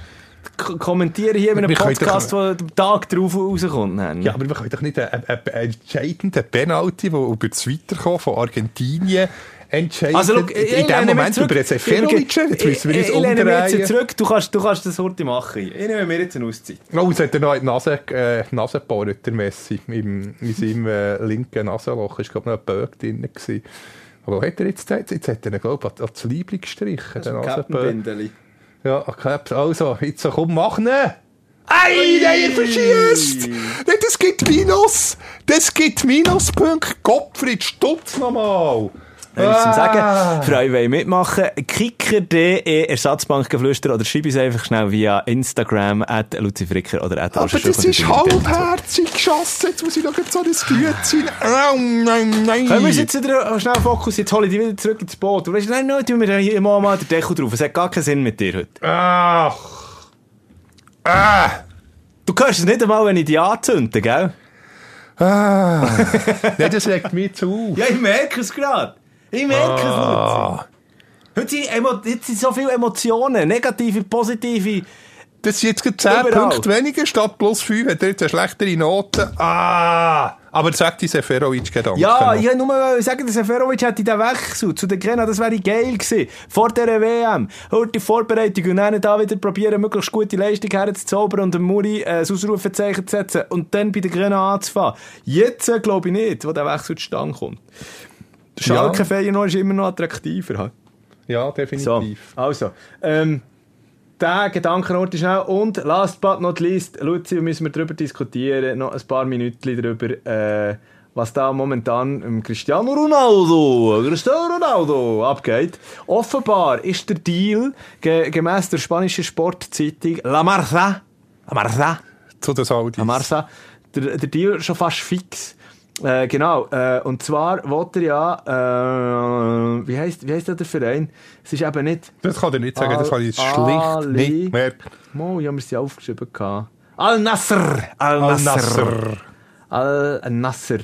k- kommentieren hier in einem Podcast, der den Tag drauf rauskommt. Ja, aber wir können doch nicht einen, einen, einen entscheidenden Penalty, der über das Weiterkommen von Argentinien entscheidet. Also, look, in, in dem Moment über den Seferovic. Jetzt müssen wir uns ich, umdrehen. Ich nehme jetzt zurück. Du kannst, du kannst das heute machen. Ich nehme mir jetzt eine Auszeit. Oh, es hat er noch in die Nase, äh, Nase gebohrt, der Messi. Im, in seinem äh, linken Nasenloch. Es war, glaube ich, noch ein Böck drin gewesen. Aber was hat er jetzt gesagt? Jetzt hat er ihn, glaube ich, an das Liebling gestrichen. Das ist ein Captain-Bindeli. Ja, okay. Also, jetzt komm, mach ihn! Ei, der verschießt! Das gibt Minus! Das gibt Minuspunkte! Gottfried Stutz nochmal! Ich muss ah. sagen, für euch wollen mitmachen. Kicker punkt de, Ersatzbankgeflüster, oder schreib uns einfach schnell via Instagram, at Luzi Fricker oder at Aber das ist halbherzig geschossen. Jetzt muss ich noch so ein Gütchen. Nein, nein, nein. Können wir uns jetzt wieder schnell fokussieren? Jetzt hole ich dich wieder zurück ins Boot. Du weißt, nein, nein, tun wir hier mal, mal den Deckel drauf. Es hat gar keinen Sinn mit dir heute. Ach. Ah. Du hörst es nicht einmal, wenn ich dich anzünde, gell? Ah. Nein, das regt mich zu. Ja, ich merke es gerade. Ich merke es, ah. Heute sind, Emo- jetzt sind so viele Emotionen, negative, positive. Das sind jetzt zehn Punkte weniger statt plus fünf. Hat er jetzt eine schlechtere Note? Ah! Aber sagt die Seferovic Gedanken. Ja, ich wollte nur sagen, der Seferovic hätte den Wechsel zu den Grenadiers, das wäre geil gewesen. Vor dieser W M. Heute die Vorbereitung und dann da wieder probieren, möglichst gute Leistung herzuzaubern und dem Muri äh, ein Ausrufezeichen zu setzen und dann bei den Grenadiers anzufangen. Jetzt äh, glaube ich nicht, wo der Wechsel zustande kommt. Der Schalke ja. Feyenoord ist immer noch attraktiver. Ja, definitiv. So, also, ähm, der Gedankenort ist schnell. Und last but not least, Luzi, müssen wir darüber diskutieren, noch ein paar Minuten darüber, äh, was da momentan im Cristiano Ronaldo, Cristiano Ronaldo abgeht. Offenbar ist der Deal, ge- gemäss der spanischen Sportzeitung La Marca, La Marca, zu den Saudis. La Marca, der, der Deal schon fast fix. Äh, genau, äh, und zwar wollte er ja, äh, wie heisst, wie heisst der Verein? Es ist eben nicht... Das kann er nicht sagen, das kann ich schlicht nicht merken. Mo, ich habe mir sie aufgeschrieben. Al-Nasser! Al-Nasser! Al-Nasser.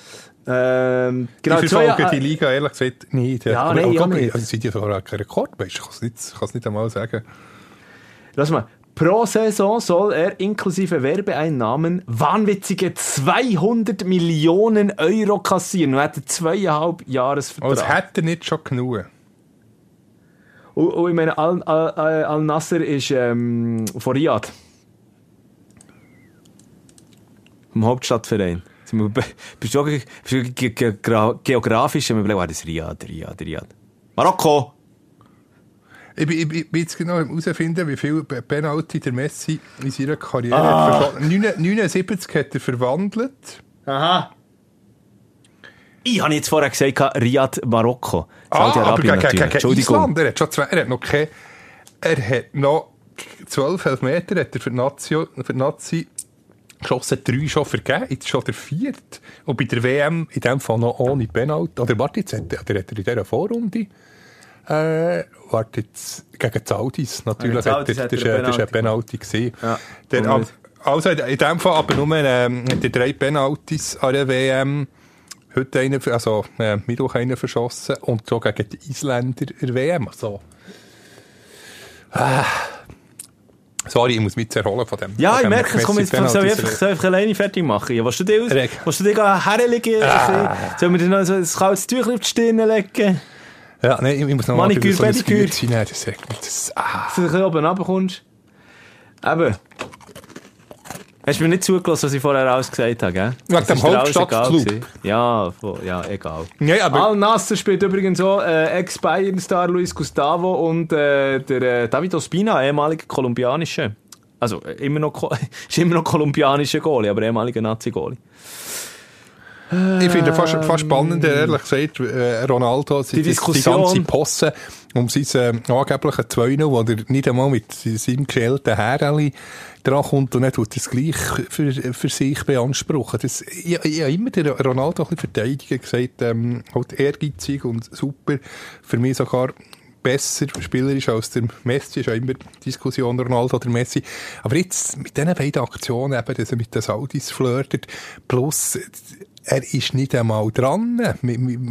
Ähm, genau, ich verfolge die Liga ehrlich gesagt nicht. Ja, aber, nee, aber, nicht. Also sind die sogar kein Rekord, ich kann es nicht, nicht einmal sagen. Lass mal. Pro Saison soll er inklusive Werbeeinnahmen wahnwitzige zweihundert Millionen Euro kassieren. Und er hat einen zweieinhalb Jahresvertrag. Also hat er nicht schon genug? Und, und ich meine, Al, Al, Al Nasser ist ähm, von Riyadh. Vom Hauptstadtverein. Bist du ge- ge- ge- ge- geografisch? Ich meine, das ist Riyadh, Riyadh, Riyadh. Marokko! Ich bin, ich bin jetzt genau herausfinden, wie viel Penalty der Messi in seiner Karriere ah. hat. neunundsiebzig hat er verwandelt. Aha. Ich habe jetzt vorher gesagt, Riyadh, Marokko. Saudi-Arabien ah, natürlich. Entschuldigung. Island, er hat schon zwei, er hat noch keine, er hat noch zwölf Elfmeter hat er für die Nazi, für die Nazi geschossen, drei schon vergeben, jetzt schon der vierte. Und bei der W M in dem Fall noch ohne Penalty. Oder warte, jetzt hat er, hat er in dieser Vorrunde Äh, warte jetzt, gegen die Saudis, natürlich, ja, Saudis hat er, das war ein, ein Penalty gewesen. Ja, der, ab, also in dem Fall aber nur ähm, die drei Penaltys an der W M, heute einer, also äh, Mittwoch einer verschossen und so gegen die Isländer in der W M. Also, äh, sorry, ich muss mich jetzt erholen von dem. Ja, von ich merke, es kommt jetzt, soll ich einfach, soll ich einfach alleine fertig machen? Ja, willst du dich aus? Willst du dich herlegen? Ah. Sollen wir dir noch so ein kaltes Tuch auf die Stirn legen? Ja, nein, ich, ich muss noch mal Maniküre, so Pediküre. Nein, das sagt mir das. Ah. Dass du ein bisschen oben runterkommst. Eben. Hast du mir nicht zugelassen, was ich vorher alles gesagt habe, gell? Wegen dem Hauptstadtclub. Ja, ja, egal. Nee, aber Al-Nasser spielt übrigens auch äh, Ex-Bayern-Star Luis Gustavo und äh, der äh, David Ospina, ehemaliger kolumbianischer. Also, äh, immer noch, ist immer noch kolumbianischer Goalie, aber ehemaliger Nazi-Goalie. Ich finde fast, fast spannender, ehrlich gesagt, äh, Ronaldo, die, die ganze Posse um seinen äh, angeblichen zwei null, wo er nicht einmal mit seinem geschälten Herrli dran kommt und nicht das gleich für, für sich beanspruchen. Das, ich, ich habe immer den Ronaldo ein bisschen verteidigen gesagt, ähm, halt ehrgeizig und super, für mich sogar besser spielerisch als der Messi, ist ja immer Diskussion Ronaldo oder Messi. Aber jetzt mit diesen beiden Aktionen, eben, dass er mit den Saudis flirtet, plus er ist nicht einmal dran.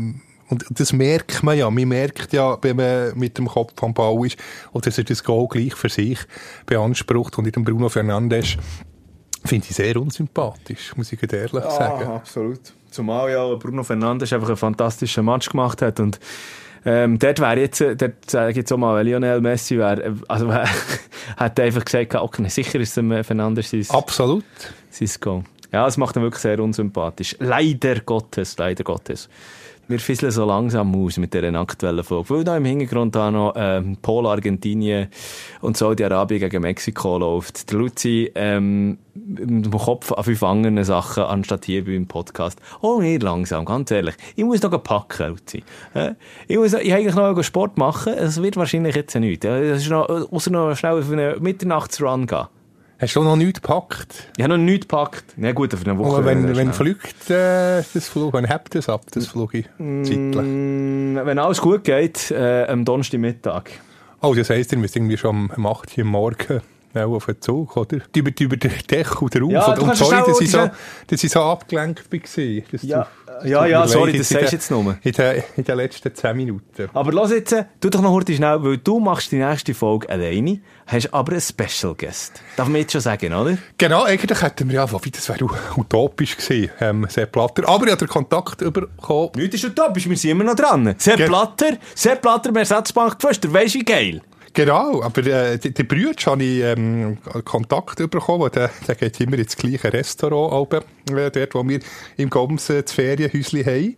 Und das merkt man ja. Man merkt ja, wenn man mit dem Kopf am Ball ist, oder dass er das Goal gleich für sich beansprucht. Und nicht dem Bruno Fernandes finde ich sehr unsympathisch, muss ich ehrlich ja, sagen. Absolut. Zumal ja Bruno Fernandes einfach einen fantastischen Match gemacht hat. Und ähm, dort wäre jetzt, dort sage ich jetzt auch mal, Lionel Messi wäre, also wär, hat einfach gesagt, okay, sicher ist es Fernandes sein, absolut. Sein Goal. Ja, das macht ihn wirklich sehr unsympathisch. Leider Gottes, leider Gottes. Wir fisseln so langsam aus mit dieser aktuellen Folge. Weil da im Hintergrund auch noch ähm, Polen, Argentinien und Saudi-Arabien gegen Mexiko läuft. Der Luzi ähm, im Kopf an fünf anderen Sachen, anstatt hier beim Podcast. Oh, nicht langsam, ganz ehrlich. Ich muss noch packen, Luzi. Äh, ich muss ich eigentlich noch Sport machen. Es wird wahrscheinlich jetzt nichts. Es ist noch, ausser noch schnell auf einen Mitternachtsrun gehen. Hast du noch nichts gepackt? Ich habe noch nichts gepackt. Ja gut, für eine Woche. Aber wenn, wenn fliegt äh, das Flug, wenn hebt das ab, das Flug mm, zeitlich? Wenn alles gut geht, äh, am Donnerstagmittag. Oh, das heisst, ihr müsst irgendwie schon um acht Uhr morgen auf den Zug, oder? Über, über den Deckel drauf. Ja, und und sorry, dass ich, so, dass ich so abgelenkt war. Dass ja, du, ja, ja, sorry, das sagst du jetzt nur. In den, in den letzten zehn Minuten. Aber lass jetzt, tu doch noch heute schnell, weil du machst die nächste Folge alleine, hast aber einen Special Guest. Darf man jetzt schon sagen, oder? Genau, eigentlich hätten wir ja, wie das wäre utopisch gewesen, ähm, Sepp Blatter. Aber ich habe den Kontakt bekommen. Nichts ist utopisch, wir sind immer noch dran. Sepp Ge- Blatter, Sepp Blatter, im Ersatzbank geflüstert, weisst du, wie geil? Genau, aber äh, die, die Brüder habe ich ähm, Kontakt bekommen, der, der geht immer ins gleiche Restaurant, oben, äh, dort, wo wir im Goms äh, das Ferienhäuschen haben.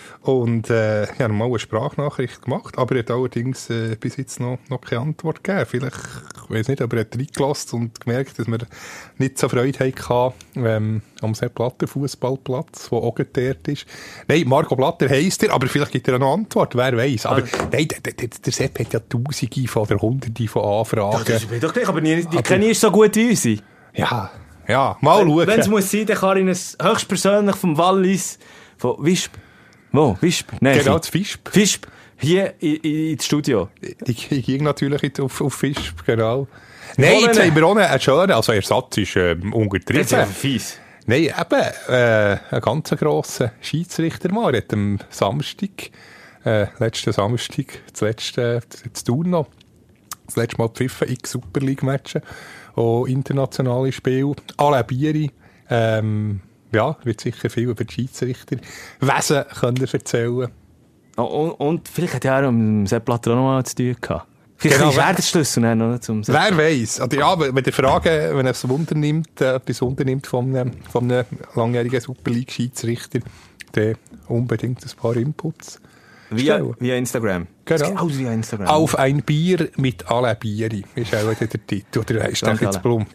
Und äh, ich habe mal eine Sprachnachricht gemacht, aber er hat allerdings äh, bis jetzt noch, noch keine Antwort gegeben. Vielleicht, ich weiß nicht, aber er hat reingelassen und gemerkt, dass wir nicht so Freude hatten ähm, am Sepp Blatter Fußballplatz, der auch dort ist. Nein, Marco Blatter heisst er, aber vielleicht gibt er auch noch Antwort, wer weiß. Aber also, nein, der, der, der Sepp hat ja Tausende von oder Hunderte von Anfragen. Doch, das ist mir doch gleich, aber die, die kenne ich so gut wie unsere. Ja, ja, mal wenn, schauen. Wenn es muss sein, dann kann ich es höchstpersönlich vom Wallis, von Wisp. Wo? Wisp? Nein. Genau, das Fisp. Fisp. Hier in, in, ins Studio. Ich, ich ging natürlich auf, auf Fisp, genau. Nein, jetzt haben wir auch einen schönen, also Ersatz ist ähm, ungetrieben. Das ist ja fies. Nein, eben, äh, ein ganz grosser Schiedsrichtermann. Er hat am Samstag, äh, letzten Samstag, das letzte, das Tour noch, das letzte Mal pfiffen, x Super League-Matchen, auch internationale Spiele, alle Bieri, ähm, ja, wird sicher viel über die Schiedsrichter Wesen können erzählen. Oh, und, und vielleicht hat er auch mit Sepp Blatter auch noch mal zu tun gehabt. Vielleicht genau, ist er der Schlüssel noch zum Sepp. Wer weiss. Also, ja, wenn ihr Frage, wenn er es Wunder nimmt, äh, etwas unternimmt von einem, von einem langjährigen Super League-Schiedsrichter, dann unbedingt ein paar Inputs. Via, via Instagram. Genau. Aus via Instagram. Auf ein Bier mit alle Bieri ist auch der Titel. Oder ist das jetzt plump?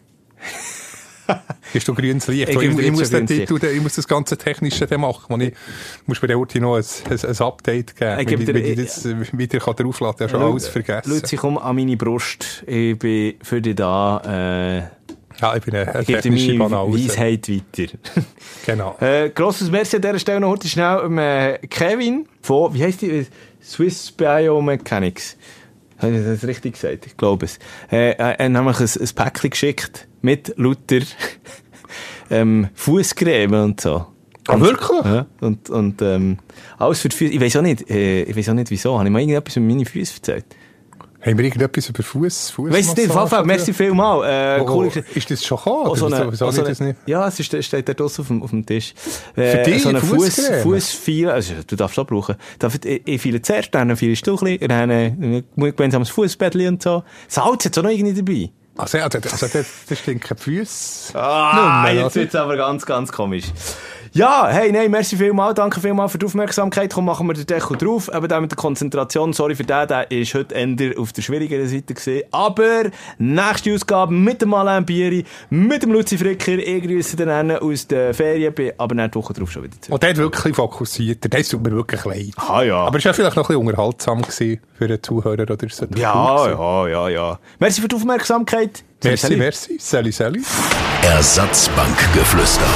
Hast du grünes Licht? Ich, ich, ich, muss den Titel, ich muss das ganze Technische dann machen. Ich muss bei der Urti noch ein, ein, ein Update geben. Ich wenn, dir, wenn ich das äh, wieder draufladen kann, ja schon Lu, alles vergessen. Luzi, komm an meine Brust. Ich bin für dich da. Äh, ja, ich bin eine, eine ich technische Banause. Weisheit weiter. Genau. Äh, grosses Merci an dieser Stelle noch heute schnell um, äh, Kevin von, wie heisst die? Swiss Biomechanics. Habe ich das richtig gesagt? Ich glaube es. Äh, er hat nämlich ein, ein Päckchen geschickt mit lauter ähm, Fußcreme und so. Ah, wirklich? Ja, und, und ähm, alles für die Füße. Ich weiss auch nicht, äh, ich weiss auch nicht wieso. Habe ich mal irgendetwas über meine Füße erzählt? Haben wir irgendetwas über Fuß? Weiss es nicht, Fall, merci vielmal. Äh, oh, cool. Ist das schon gekommen? Oh, so eine, wieso, wieso oh, so das nicht? Ja, es ist, steht da draussen auf dem, auf dem Tisch. Äh, Für dich so eine Fußcreme? Fußfeile, also du darfst es auch brauchen. Ich feile zuerst, dann feile Stückchen, dann ein gemeinsames Fußbettchen und so. Salz hat es auch noch irgendwie dabei. Also, also, also das, das stinken die Füße. Ah, Nummer, jetzt wird es aber ganz, ganz komisch. Ja, hey, nein, merci vielmals, danke vielmals für die Aufmerksamkeit. Komm, machen wir den Deckel drauf. Eben da mit der Konzentration, sorry für den, der ist heute eher auf der schwierigeren Seite gewesen. Aber nächste Ausgabe mit dem Alain Bieri, mit dem Luzi Fricker. Ich grüße den aus der Ferien, bin aber nicht die Woche drauf schon wieder zurück. Und der hat wirklich fokussiert, das tut mir wirklich leid. Ah, ja. Aber es war vielleicht noch ein bisschen unterhaltsam gewesen für einen Zuhörer oder so. Ja, ja, ja, ja. Merci für die Aufmerksamkeit. Merci, Sally. merci. Sally, Sally. Ersatzbankgeflüster.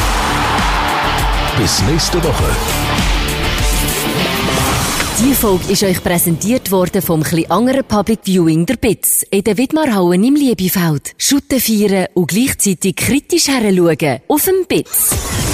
Bis nächste Woche. Die Folge ist euch präsentiert worden vom chli anderen Public Viewing der B I Z in der Widmarhauen im Liebefeld. Schutten feiern und gleichzeitig kritisch heranschauen auf dem B I Z.